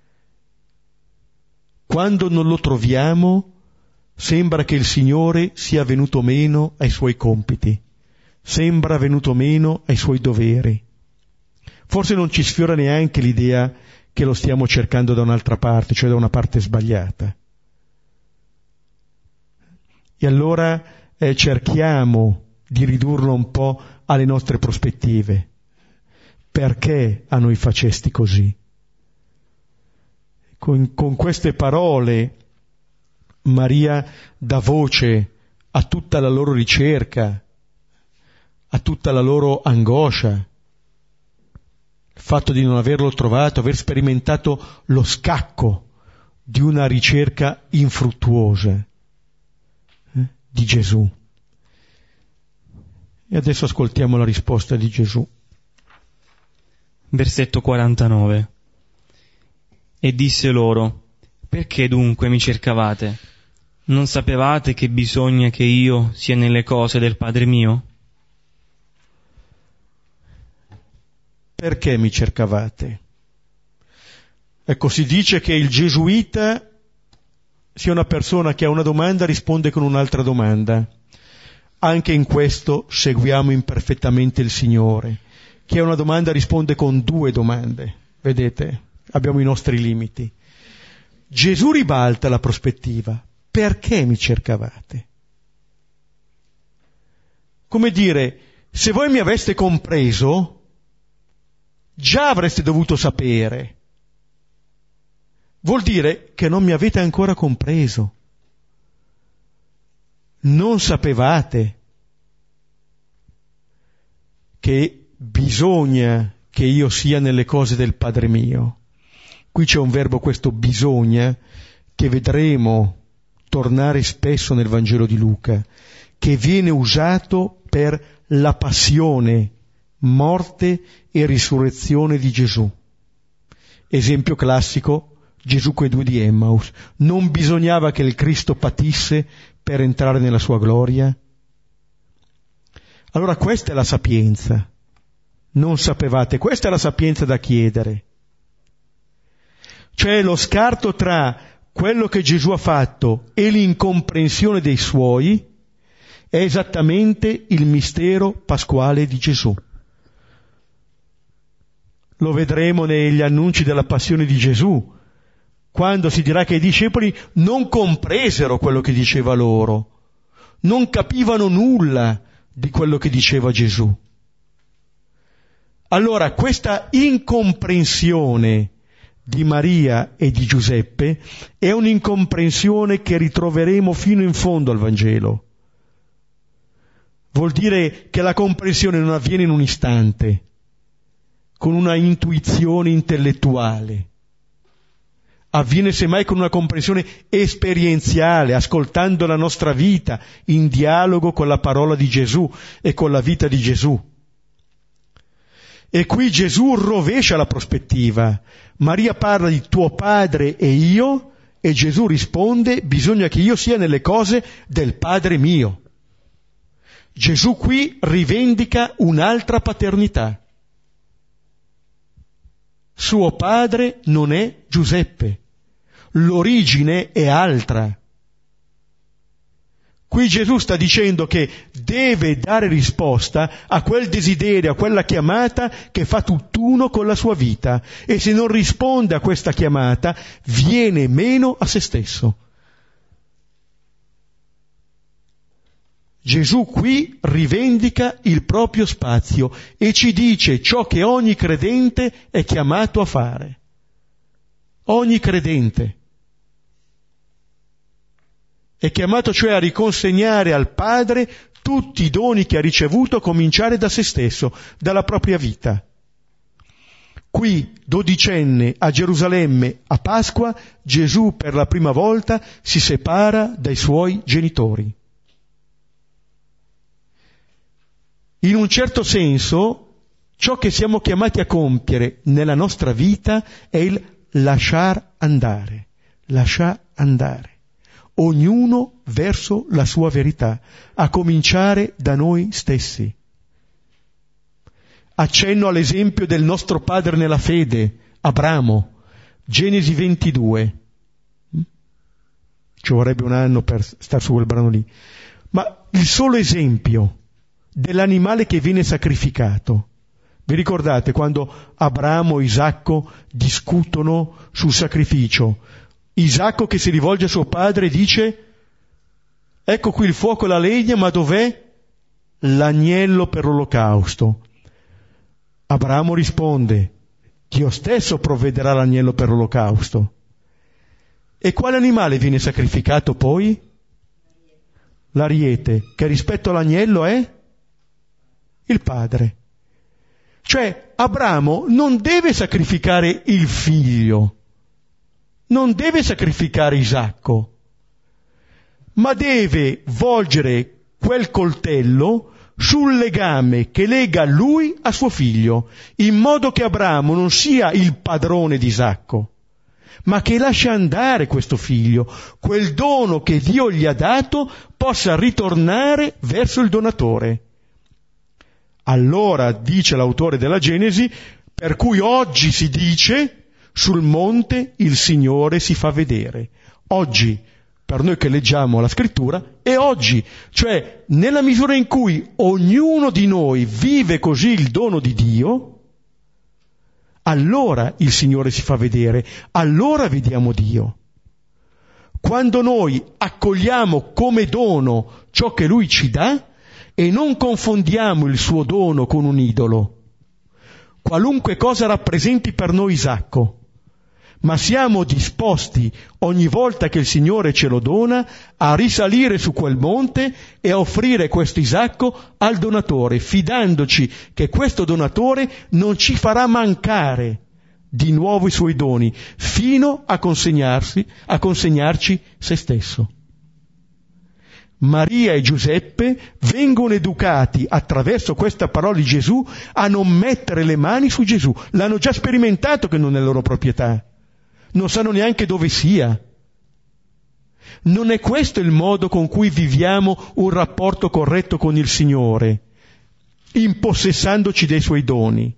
Quando non lo troviamo, sembra che il Signore sia venuto meno ai suoi compiti, sembra venuto meno ai suoi doveri. Forse non ci sfiora neanche l'idea che lo stiamo cercando da un'altra parte, cioè da una parte sbagliata. E allora eh, cerchiamo di ridurlo un po' alle nostre prospettive. Perché a noi facesti così? Con, con queste parole Maria dà voce a tutta la loro ricerca, a tutta la loro angoscia. Il fatto di non averlo trovato, aver sperimentato lo scacco di una ricerca infruttuosa eh, di Gesù. E adesso ascoltiamo la risposta di Gesù. Versetto quarantanove. E disse loro: perché dunque mi cercavate? Non sapevate che bisogna che io sia nelle cose del Padre mio? Perché mi cercavate? Ecco, si dice che il gesuita sia una persona che a una domanda risponde con un'altra domanda. Anche in questo seguiamo imperfettamente il Signore, che a una domanda risponde con due domande. Vedete? Abbiamo i nostri limiti. Gesù ribalta la prospettiva. Perché mi cercavate? Come dire, se voi mi aveste compreso, già avreste dovuto sapere. Vuol dire che non mi avete ancora compreso. Non sapevate che bisogna che io sia nelle cose del Padre mio. Qui c'è un verbo, questo bisogna, che vedremo tornare spesso nel Vangelo di Luca, che viene usato per la passione, morte e risurrezione di Gesù. Esempio classico, Gesù coi due di Emmaus. Non bisognava che il Cristo patisse per entrare nella sua gloria? Allora questa è la sapienza. Non sapevate, questa è la sapienza da chiedere. Cioè lo scarto tra quello che Gesù ha fatto e l'incomprensione dei suoi è esattamente il mistero pasquale di Gesù. Lo vedremo negli annunci della passione di Gesù, quando si dirà che i discepoli non compresero quello che diceva loro, non capivano nulla di quello che diceva Gesù. Allora questa incomprensione di Maria e di Giuseppe è un'incomprensione che ritroveremo fino in fondo al Vangelo. Vuol dire che la comprensione non avviene in un istante, con una intuizione intellettuale. Avviene semmai con una comprensione esperienziale, ascoltando la nostra vita, in dialogo con la parola di Gesù e con la vita di Gesù. E qui Gesù rovescia la prospettiva. Maria parla di tuo padre e io, e Gesù risponde: bisogna che io sia nelle cose del Padre mio. Gesù qui rivendica un'altra paternità. Suo padre non è Giuseppe, l'origine è altra. Qui Gesù sta dicendo che deve dare risposta a quel desiderio, a quella chiamata che fa tutt'uno con la sua vita, e se non risponde a questa chiamata viene meno a se stesso. Gesù qui rivendica il proprio spazio e ci dice ciò che ogni credente è chiamato a fare. Ogni credente è chiamato cioè a riconsegnare al Padre tutti i doni che ha ricevuto, a cominciare da se stesso, dalla propria vita. Qui, dodicenne, a Gerusalemme, a Pasqua, Gesù per la prima volta si separa dai suoi genitori. In un certo senso, ciò che siamo chiamati a compiere nella nostra vita è il lasciar andare, lasciar andare. Ognuno verso la sua verità, a cominciare da noi stessi. Accenno all'esempio del nostro padre nella fede, Abramo, Genesi ventidue. Ci vorrebbe un anno per star su quel brano lì. Ma il solo esempio dell'animale che viene sacrificato. Vi ricordate quando Abramo e Isacco discutono sul sacrificio? Isacco che si rivolge a suo padre dice: ecco qui il fuoco e la legna, ma dov'è l'agnello per l'olocausto? Abramo risponde: Dio stesso provvederà l'agnello per l'olocausto. E quale animale viene sacrificato poi? L'ariete, che rispetto all'agnello è il padre. Cioè Abramo non deve sacrificare il figlio, non deve sacrificare Isacco, ma deve volgere quel coltello sul legame che lega lui a suo figlio, in modo che Abramo non sia il padrone di Isacco, ma che lascia andare questo figlio, quel dono che Dio gli ha dato possa ritornare verso il donatore. Allora, dice l'autore della Genesi, per cui oggi si dice: sul monte il Signore si fa vedere. Oggi, per noi che leggiamo la scrittura, è oggi, cioè nella misura in cui ognuno di noi vive così il dono di Dio, allora il Signore si fa vedere, allora vediamo Dio. Quando noi accogliamo come dono ciò che Lui ci dà e non confondiamo il suo dono con un idolo, qualunque cosa rappresenti per noi Isacco, ma siamo disposti ogni volta che il Signore ce lo dona a risalire su quel monte e a offrire questo Isacco al donatore, fidandoci che questo donatore non ci farà mancare di nuovo i suoi doni fino a consegnarsi, a consegnarci se stesso. Maria e Giuseppe vengono educati attraverso questa parola di Gesù a non mettere le mani su Gesù. L'hanno già sperimentato che non è loro proprietà. Non sanno neanche dove sia. Non è questo il modo con cui viviamo un rapporto corretto con il Signore, impossessandoci dei Suoi doni,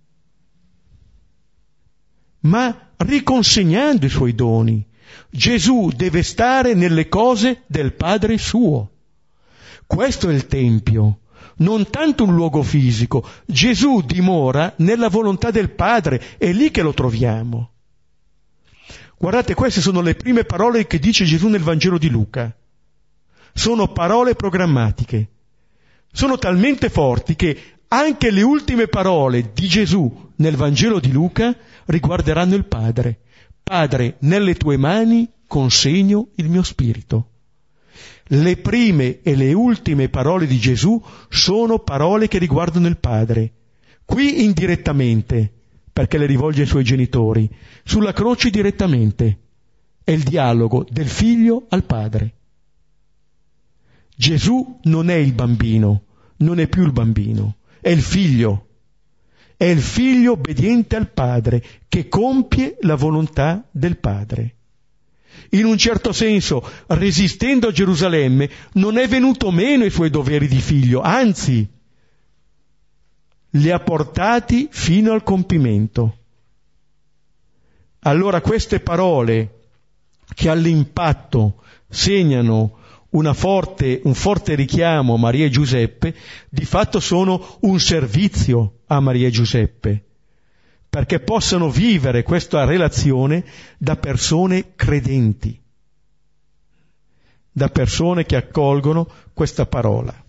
ma riconsegnando i Suoi doni. Gesù deve stare nelle cose del Padre suo. Questo è il Tempio, non tanto un luogo fisico. Gesù dimora nella volontà del Padre, è lì che lo troviamo. Guardate, queste sono le prime parole che dice Gesù nel Vangelo di Luca. Sono parole programmatiche. Sono talmente forti che anche le ultime parole di Gesù nel Vangelo di Luca riguarderanno il Padre. Padre, nelle tue mani consegno il mio spirito. Le prime e le ultime parole di Gesù sono parole che riguardano il Padre. Qui indirettamente, perché le rivolge ai suoi genitori, sulla croce direttamente. È il dialogo del figlio al Padre. Gesù non è il bambino, non è più il bambino, è il figlio. è il figlio obbediente al padre, che compie la volontà del padre. In un certo senso, resistendo a Gerusalemme, non è venuto meno ai suoi doveri di figlio, anzi, li ha portati fino al compimento. Allora queste parole che all'impatto segnano una forte, un forte richiamo a Maria e Giuseppe, di fatto sono un servizio a Maria e Giuseppe, perché possano vivere questa relazione da persone credenti, da persone che accolgono questa parola.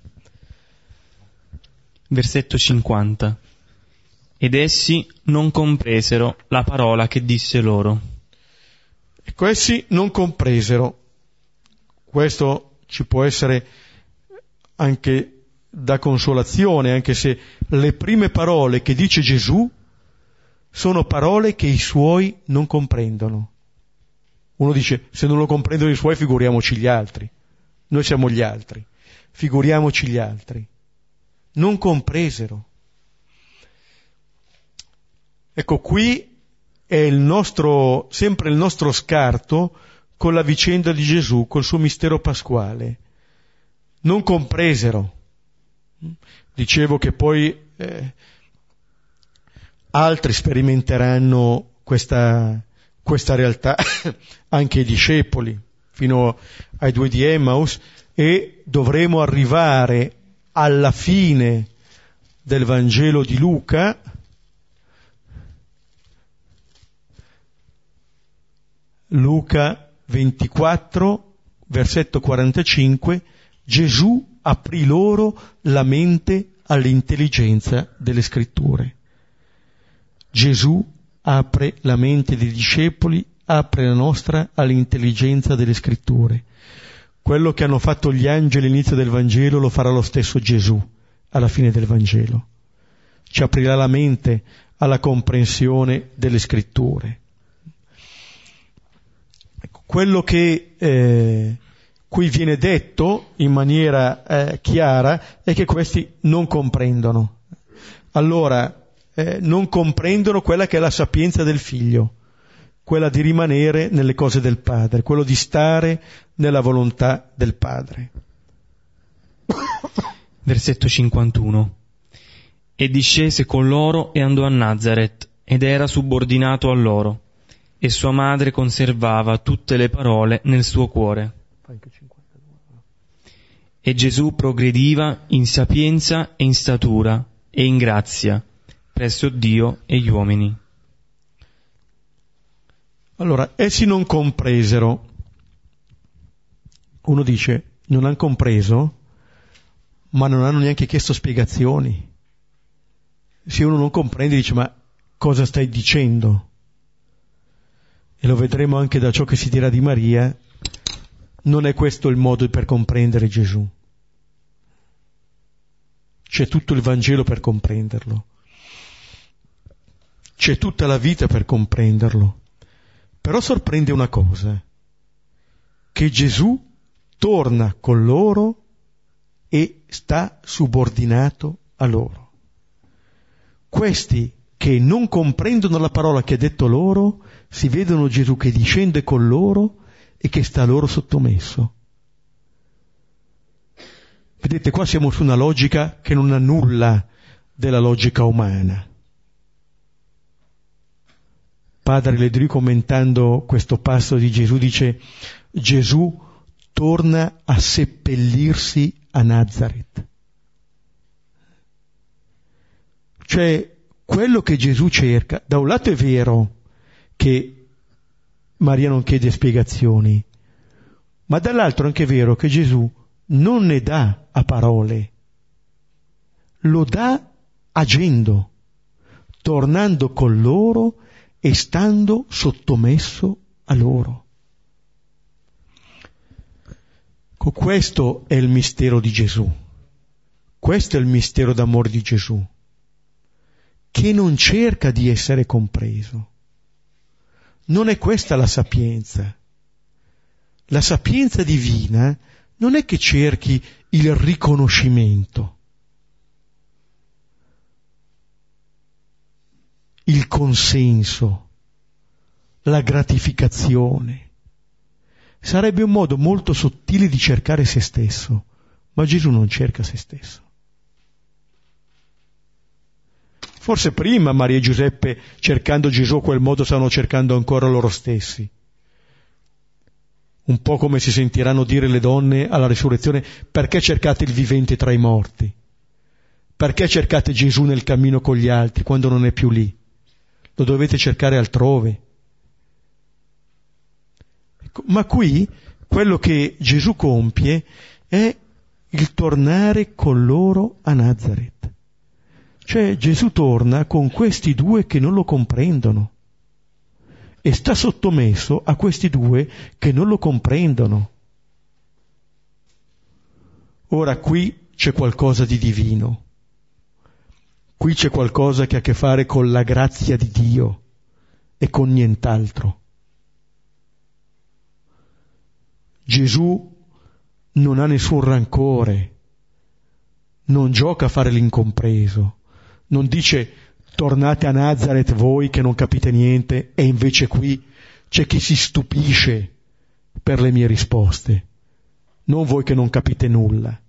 Versetto cinquanta. Ed essi non compresero la parola che disse loro. Ecco, essi non compresero. Questo ci può essere anche da consolazione, anche se le prime parole che dice Gesù sono parole che i suoi non comprendono. Uno dice, se non lo comprendono i suoi, figuriamoci gli altri. Noi siamo gli altri, figuriamoci gli altri. Non compresero. Ecco, qui è il nostro, sempre il nostro scarto con la vicenda di Gesù, col suo mistero pasquale. Non compresero. Dicevo che poi eh, altri sperimenteranno questa, questa realtà, anche i discepoli, fino ai due di Emmaus, e dovremo arrivare alla fine del Vangelo di Luca, Luca ventiquattro, versetto quarantacinque, Gesù aprì loro la mente all'intelligenza delle scritture. Gesù apre la mente dei discepoli, apre la nostra all'intelligenza delle scritture. Quello che hanno fatto gli angeli all'inizio del Vangelo lo farà lo stesso Gesù alla fine del Vangelo. Ci aprirà la mente alla comprensione delle scritture. Ecco, quello che eh, qui viene detto in maniera eh, chiara è che questi non comprendono. Allora, eh, non comprendono quella che è la sapienza del figlio, quella di rimanere nelle cose del Padre, quello di stare nella volontà del Padre. Versetto cinquantuno. E discese con loro e andò a Nazaret, ed era subordinato a loro, e sua madre conservava tutte le parole nel suo cuore. E Gesù progrediva in sapienza e in statura e in grazia presso Dio e gli uomini. Allora, essi non compresero. Uno dice, non hanno compreso, ma non hanno neanche chiesto spiegazioni. Se uno non comprende, dice, ma cosa stai dicendo? E lo vedremo anche da ciò che si dirà di Maria, non è questo il modo per comprendere Gesù. C'è tutto il Vangelo per comprenderlo. C'è tutta la vita per comprenderlo. Però sorprende una cosa, che Gesù torna con loro e sta subordinato a loro. Questi che non comprendono la parola che ha detto loro, si vedono Gesù che discende con loro e che sta loro sottomesso. Vedete, qua siamo su una logica che non ha nulla della logica umana. Padre Ledru, commentando questo passo di Gesù, dice: Gesù torna a seppellirsi a Nazaret. Cioè, quello che Gesù cerca, da un lato è vero che Maria non chiede spiegazioni, ma dall'altro è anche vero che Gesù non ne dà a parole, lo dà agendo, tornando con loro e stando sottomesso a loro. Questo è il mistero di Gesù, questo è il mistero d'amore di Gesù, che non cerca di essere compreso. Non è questa la sapienza. La sapienza divina non è che cerchi il riconoscimento. il consenso, la gratificazione. Sarebbe un modo molto sottile di cercare se stesso, ma Gesù non cerca se stesso. Forse prima Maria e Giuseppe, cercando Gesù a quel modo, stanno cercando ancora loro stessi. Un po' come si sentiranno dire le donne alla risurrezione: perché cercate il vivente tra i morti? Perché cercate Gesù nel cammino con gli altri quando non è più lì? Lo dovete cercare altrove. Ecco, ma qui quello che Gesù compie è il tornare con loro a Nazaret. Cioè Gesù torna con questi due che non lo comprendono e sta sottomesso a questi due che non lo comprendono. Ora qui c'è qualcosa di divino, qui c'è qualcosa che ha a che fare con la grazia di Dio e con nient'altro. Gesù non ha nessun rancore, non gioca a fare l'incompreso, non dice tornate a Nazaret voi che non capite niente, e invece qui c'è chi si stupisce per le mie risposte, non voi che non capite nulla.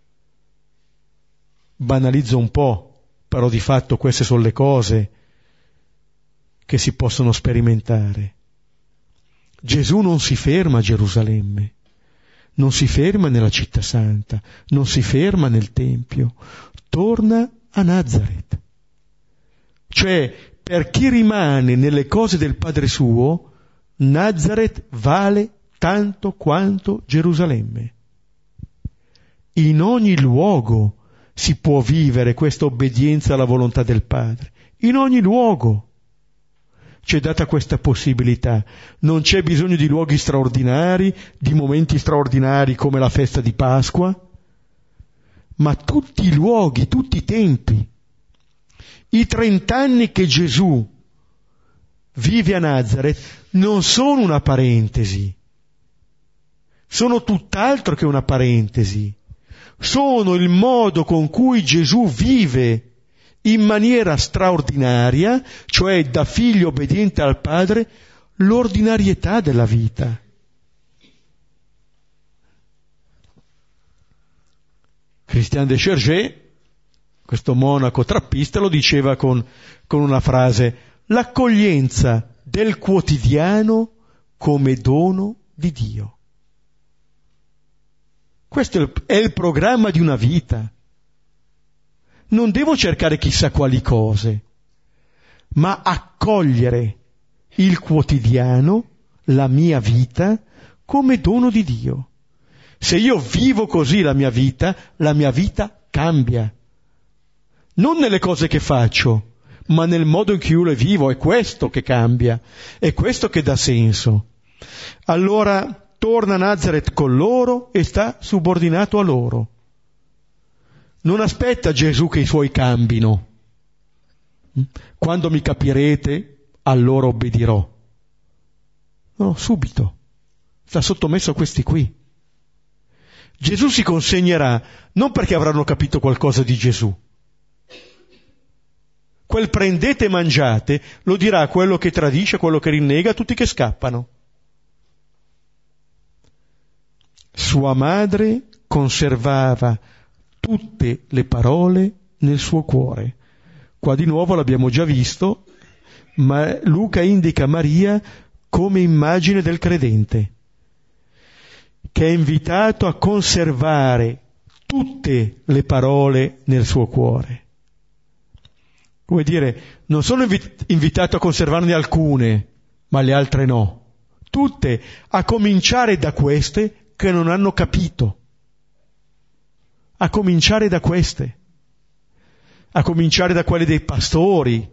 Banalizzo un po', però di fatto queste sono le cose che si possono sperimentare. Gesù non si ferma a Gerusalemme, non si ferma nella città santa, non si ferma nel Tempio, torna a Nazaret. Cioè, per chi rimane nelle cose del Padre suo, Nazaret vale tanto quanto Gerusalemme. In ogni luogo si può vivere questa obbedienza alla volontà del Padre, in ogni luogo c'è data questa possibilità. Non c'è bisogno di luoghi straordinari, di momenti straordinari come la festa di Pasqua, ma tutti i luoghi, tutti i tempi. I trent'anni che Gesù vive a Nazaret non sono una parentesi, sono tutt'altro che una parentesi, sono il modo con cui Gesù vive in maniera straordinaria, cioè da figlio obbediente al Padre, l'ordinarietà della vita. Christian de Chergé, questo monaco trappista, lo diceva con, con una frase: l'accoglienza del quotidiano come dono di Dio. Questo è il programma di una vita. Non devo cercare chissà quali cose, ma accogliere il quotidiano, la mia vita, come dono di Dio. Se io vivo così la mia vita, la mia vita cambia. Non nelle cose che faccio, ma nel modo in cui io le vivo. È questo che cambia, è questo che dà senso. Allora torna a Nazaret con loro e sta subordinato a loro. Non aspetta Gesù che i suoi cambino. Quando mi capirete, allora obbedirò. No, subito. Sta sottomesso a questi qui. Gesù si consegnerà non perché avranno capito qualcosa di Gesù. Quel prendete e mangiate lo dirà quello che tradisce, quello che rinnega, tutti che scappano. Sua madre conservava tutte le parole nel suo cuore. Qua di nuovo l'abbiamo già visto, ma Luca indica Maria come immagine del credente, che è invitato a conservare tutte le parole nel suo cuore. Come dire, non sono invitato a conservarne alcune, ma le altre no. Tutte, a cominciare da queste che non hanno capito. A cominciare da queste, a cominciare da quelle dei pastori.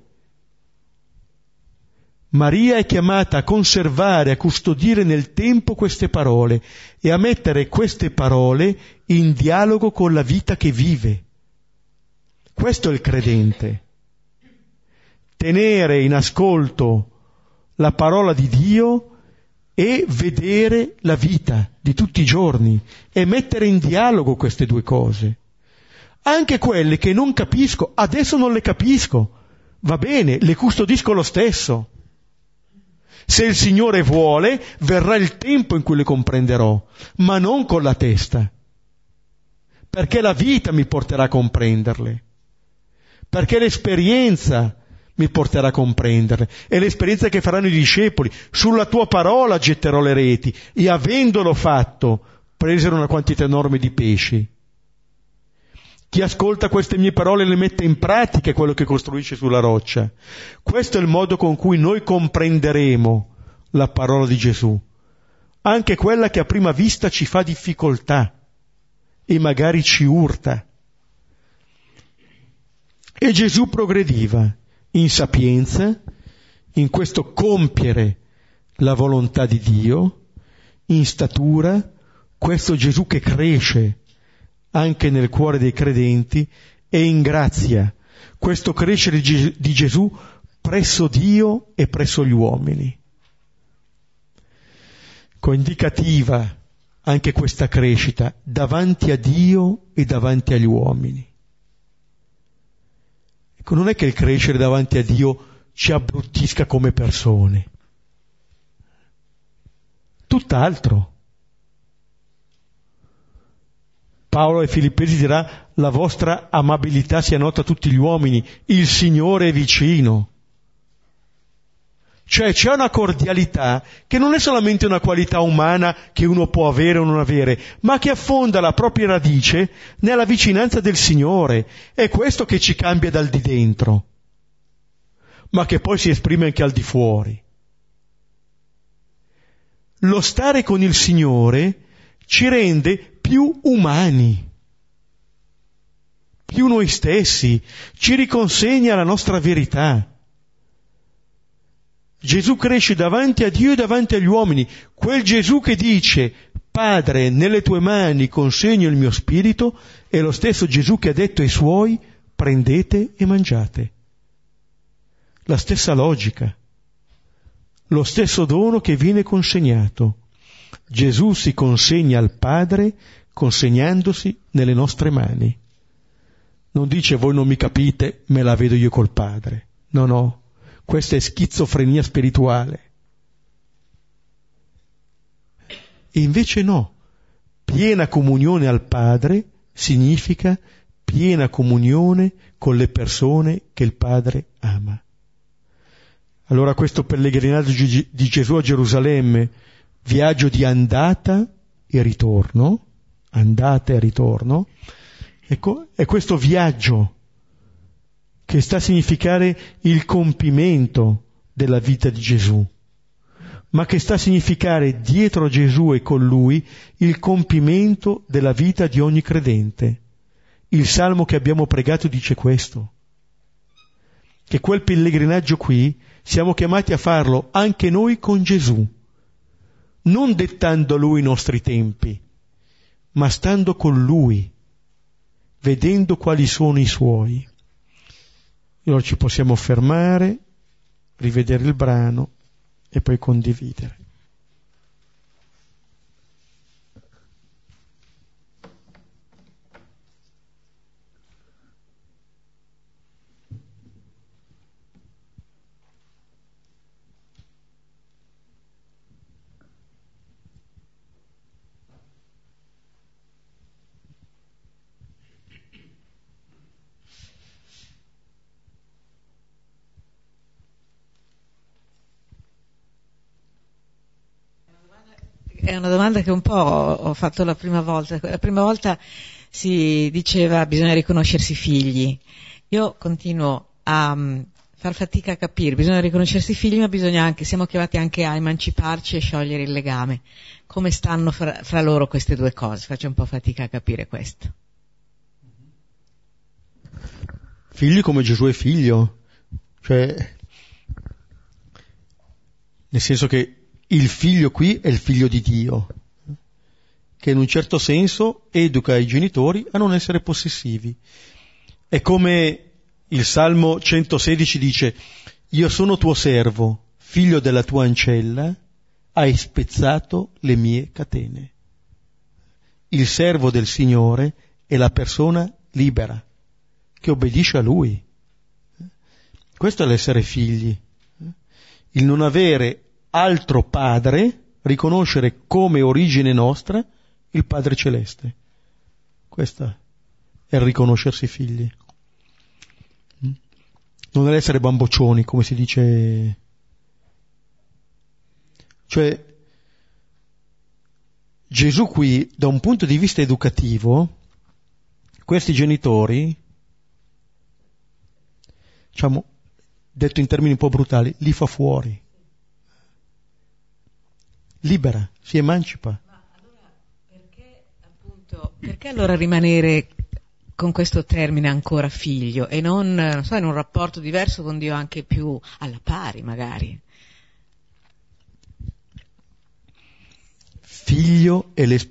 Maria è chiamata a conservare, a custodire nel tempo queste parole e a mettere queste parole in dialogo con la vita che vive. Questo è il credente. Tenere in ascolto la parola di Dio e vedere la vita di tutti i giorni e mettere in dialogo queste due cose. Anche quelle che non capisco, adesso non le capisco, va bene, le custodisco lo stesso. Se il Signore vuole, verrà il tempo in cui le comprenderò, ma non con la testa, perché la vita mi porterà a comprenderle, perché l'esperienza mi porterà a comprenderle, è l'esperienza che faranno i discepoli. Sulla tua parola getterò le reti, e avendolo fatto, presero una quantità enorme di pesci. Chi ascolta queste mie parole e le mette in pratica è quello che costruisce sulla roccia. Questo è il modo con cui noi comprenderemo la parola di Gesù, anche quella che a prima vista ci fa difficoltà e magari ci urta. E Gesù progrediva in sapienza, in questo compiere la volontà di Dio, in statura, questo Gesù che cresce anche nel cuore dei credenti, e in grazia, questo crescere di Gesù presso Dio e presso gli uomini. Coindicativa anche questa crescita davanti a Dio e davanti agli uomini. Ecco, non è che il crescere davanti a Dio ci abbruttisca come persone, tutt'altro. Paolo ai Filippesi dirà: la vostra amabilità sia nota a tutti gli uomini, il Signore è vicino. Cioè c'è una cordialità che non è solamente una qualità umana che uno può avere o non avere, ma che affonda la propria radice nella vicinanza del Signore. È questo che ci cambia dal di dentro, ma che poi si esprime anche al di fuori. Lo stare con il Signore ci rende più umani, più noi stessi, ci riconsegna la nostra verità. Gesù cresce davanti a Dio e davanti agli uomini, quel Gesù che dice: Padre, nelle tue mani consegno il mio spirito, è lo stesso Gesù che ha detto ai suoi: prendete e mangiate. La stessa logica, lo stesso dono che viene consegnato. Gesù si consegna al Padre consegnandosi nelle nostre mani. Non dice: voi non mi capite, me la vedo io col Padre. No, no, questa è schizofrenia spirituale. E invece no, piena comunione al Padre significa piena comunione con le persone che il Padre ama. Allora questo pellegrinaggio di Gesù a Gerusalemme, viaggio di andata e ritorno, andata e ritorno, ecco, è questo viaggio che sta a significare il compimento della vita di Gesù, ma che sta a significare dietro a Gesù e con Lui il compimento della vita di ogni credente. Il salmo che abbiamo pregato dice questo, che quel pellegrinaggio qui siamo chiamati a farlo anche noi con Gesù, non dettando a Lui i nostri tempi, ma stando con Lui, vedendo quali sono i Suoi. E allora ci possiamo fermare, rivedere il brano e poi condividere. È una domanda che un po' ho fatto la prima volta. La prima volta si diceva bisogna riconoscersi figli. Io continuo a um, far fatica a capire, bisogna riconoscersi figli, ma bisogna anche, siamo chiamati anche a emanciparci e sciogliere il legame. Come stanno fra, fra loro queste due cose? Faccio un po' fatica a capire questo. Figli come Gesù è figlio, cioè nel senso che il figlio qui è il figlio di Dio, che in un certo senso educa i genitori a non essere possessivi. È come il Salmo centosedici dice: io sono tuo servo, figlio della tua ancella, hai spezzato le mie catene. Il servo del Signore è la persona libera, che obbedisce a Lui. Questo è l'essere figli. Il non avere altro padre, riconoscere come origine nostra il Padre Celeste. Questo è il riconoscersi figli. Non è essere bamboccioni, come si dice. Cioè, Gesù qui, da un punto di vista educativo, questi genitori, diciamo, detto in termini un po' brutali, li fa fuori. Libera, si emancipa. Ma allora perché, appunto, perché allora rimanere con questo termine ancora figlio e non, non so, in un rapporto diverso con Dio anche più alla pari magari? Figlio è, le...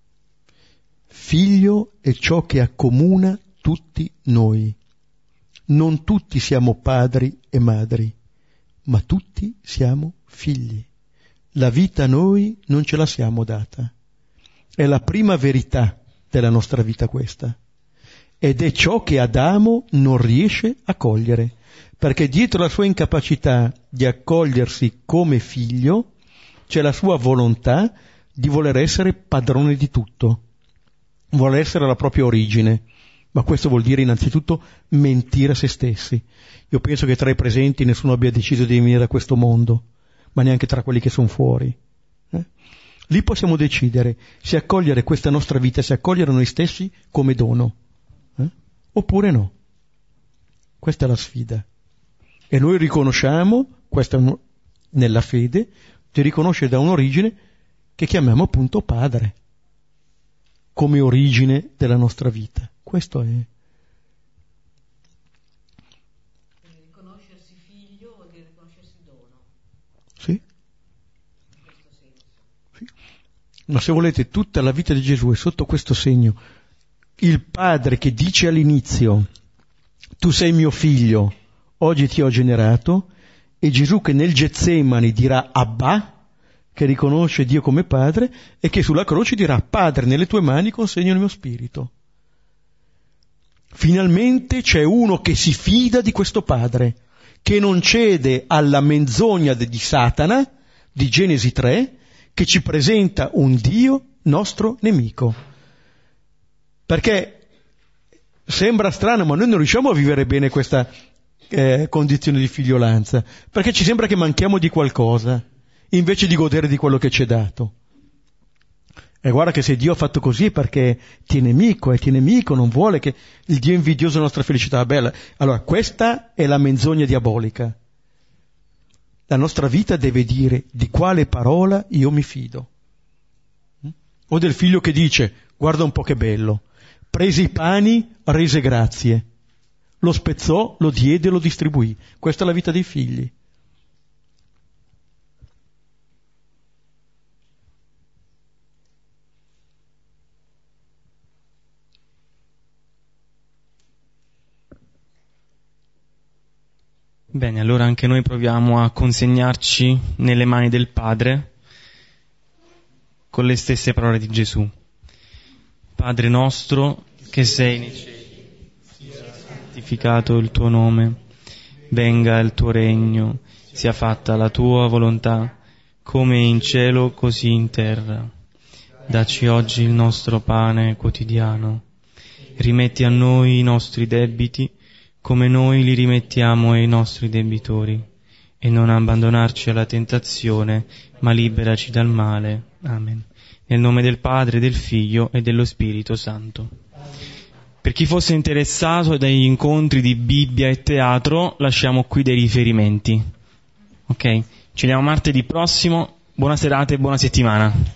Figlio è ciò che accomuna tutti noi. Non tutti siamo padri e madri, ma tutti siamo figli. La vita a noi non ce la siamo data. È la prima verità della nostra vita questa. Ed è ciò che Adamo non riesce a cogliere, perché dietro la sua incapacità di accogliersi come figlio c'è la sua volontà di voler essere padrone di tutto, voler essere la propria origine. Ma questo vuol dire innanzitutto mentire a se stessi. Io penso che tra i presenti nessuno abbia deciso di venire da questo mondo, ma neanche tra quelli che sono fuori. Eh? Lì possiamo decidere se accogliere questa nostra vita, se accogliere noi stessi come dono, eh? oppure no. Questa è la sfida. E noi riconosciamo, questa nella fede, di riconoscere da un'origine che chiamiamo appunto padre, come origine della nostra vita. Questo è. Riconoscersi figlio vuol dire riconoscersi dono. Sì. In questo senso. Sì. Ma se volete, tutta la vita di Gesù è sotto questo segno. Il padre che dice all'inizio: tu sei mio figlio, oggi ti ho generato, e Gesù che nel Getsemani dirà Abba, che riconosce Dio come padre, e che sulla croce dirà: Padre, nelle tue mani consegno il mio spirito. Finalmente c'è uno che si fida di questo padre, che non cede alla menzogna di Satana, di Genesi tre, che ci presenta un Dio nostro nemico. Perché sembra strano, ma noi non riusciamo a vivere bene questa eh, condizione di figliolanza, perché ci sembra che manchiamo di qualcosa, invece di godere di quello che ci è dato. E guarda che se Dio ha fatto così è perché ti è nemico, e ti è nemico, non vuole che il Dio è invidioso della nostra felicità. Bella. Allora, questa è la menzogna diabolica. La nostra vita deve dire di quale parola io mi fido. O del figlio che dice: guarda un po' che bello, prese i pani, rese grazie, lo spezzò, lo diede, lo distribuì. Questa è la vita dei figli. Bene, allora anche noi proviamo a consegnarci nelle mani del Padre con le stesse parole di Gesù. Padre nostro che sei nei cieli, sia santificato il tuo nome, venga il tuo regno, sia fatta la tua volontà, come in cielo così in terra. Dacci oggi il nostro pane quotidiano, rimetti a noi i nostri debiti, come noi li rimettiamo ai nostri debitori, e non abbandonarci alla tentazione, ma liberaci dal male. Amen. Nel nome del Padre, del Figlio e dello Spirito Santo. Per chi fosse interessato dagli incontri di Bibbia e teatro, lasciamo qui dei riferimenti. Ok? Ci vediamo martedì prossimo. Buona serata e buona settimana.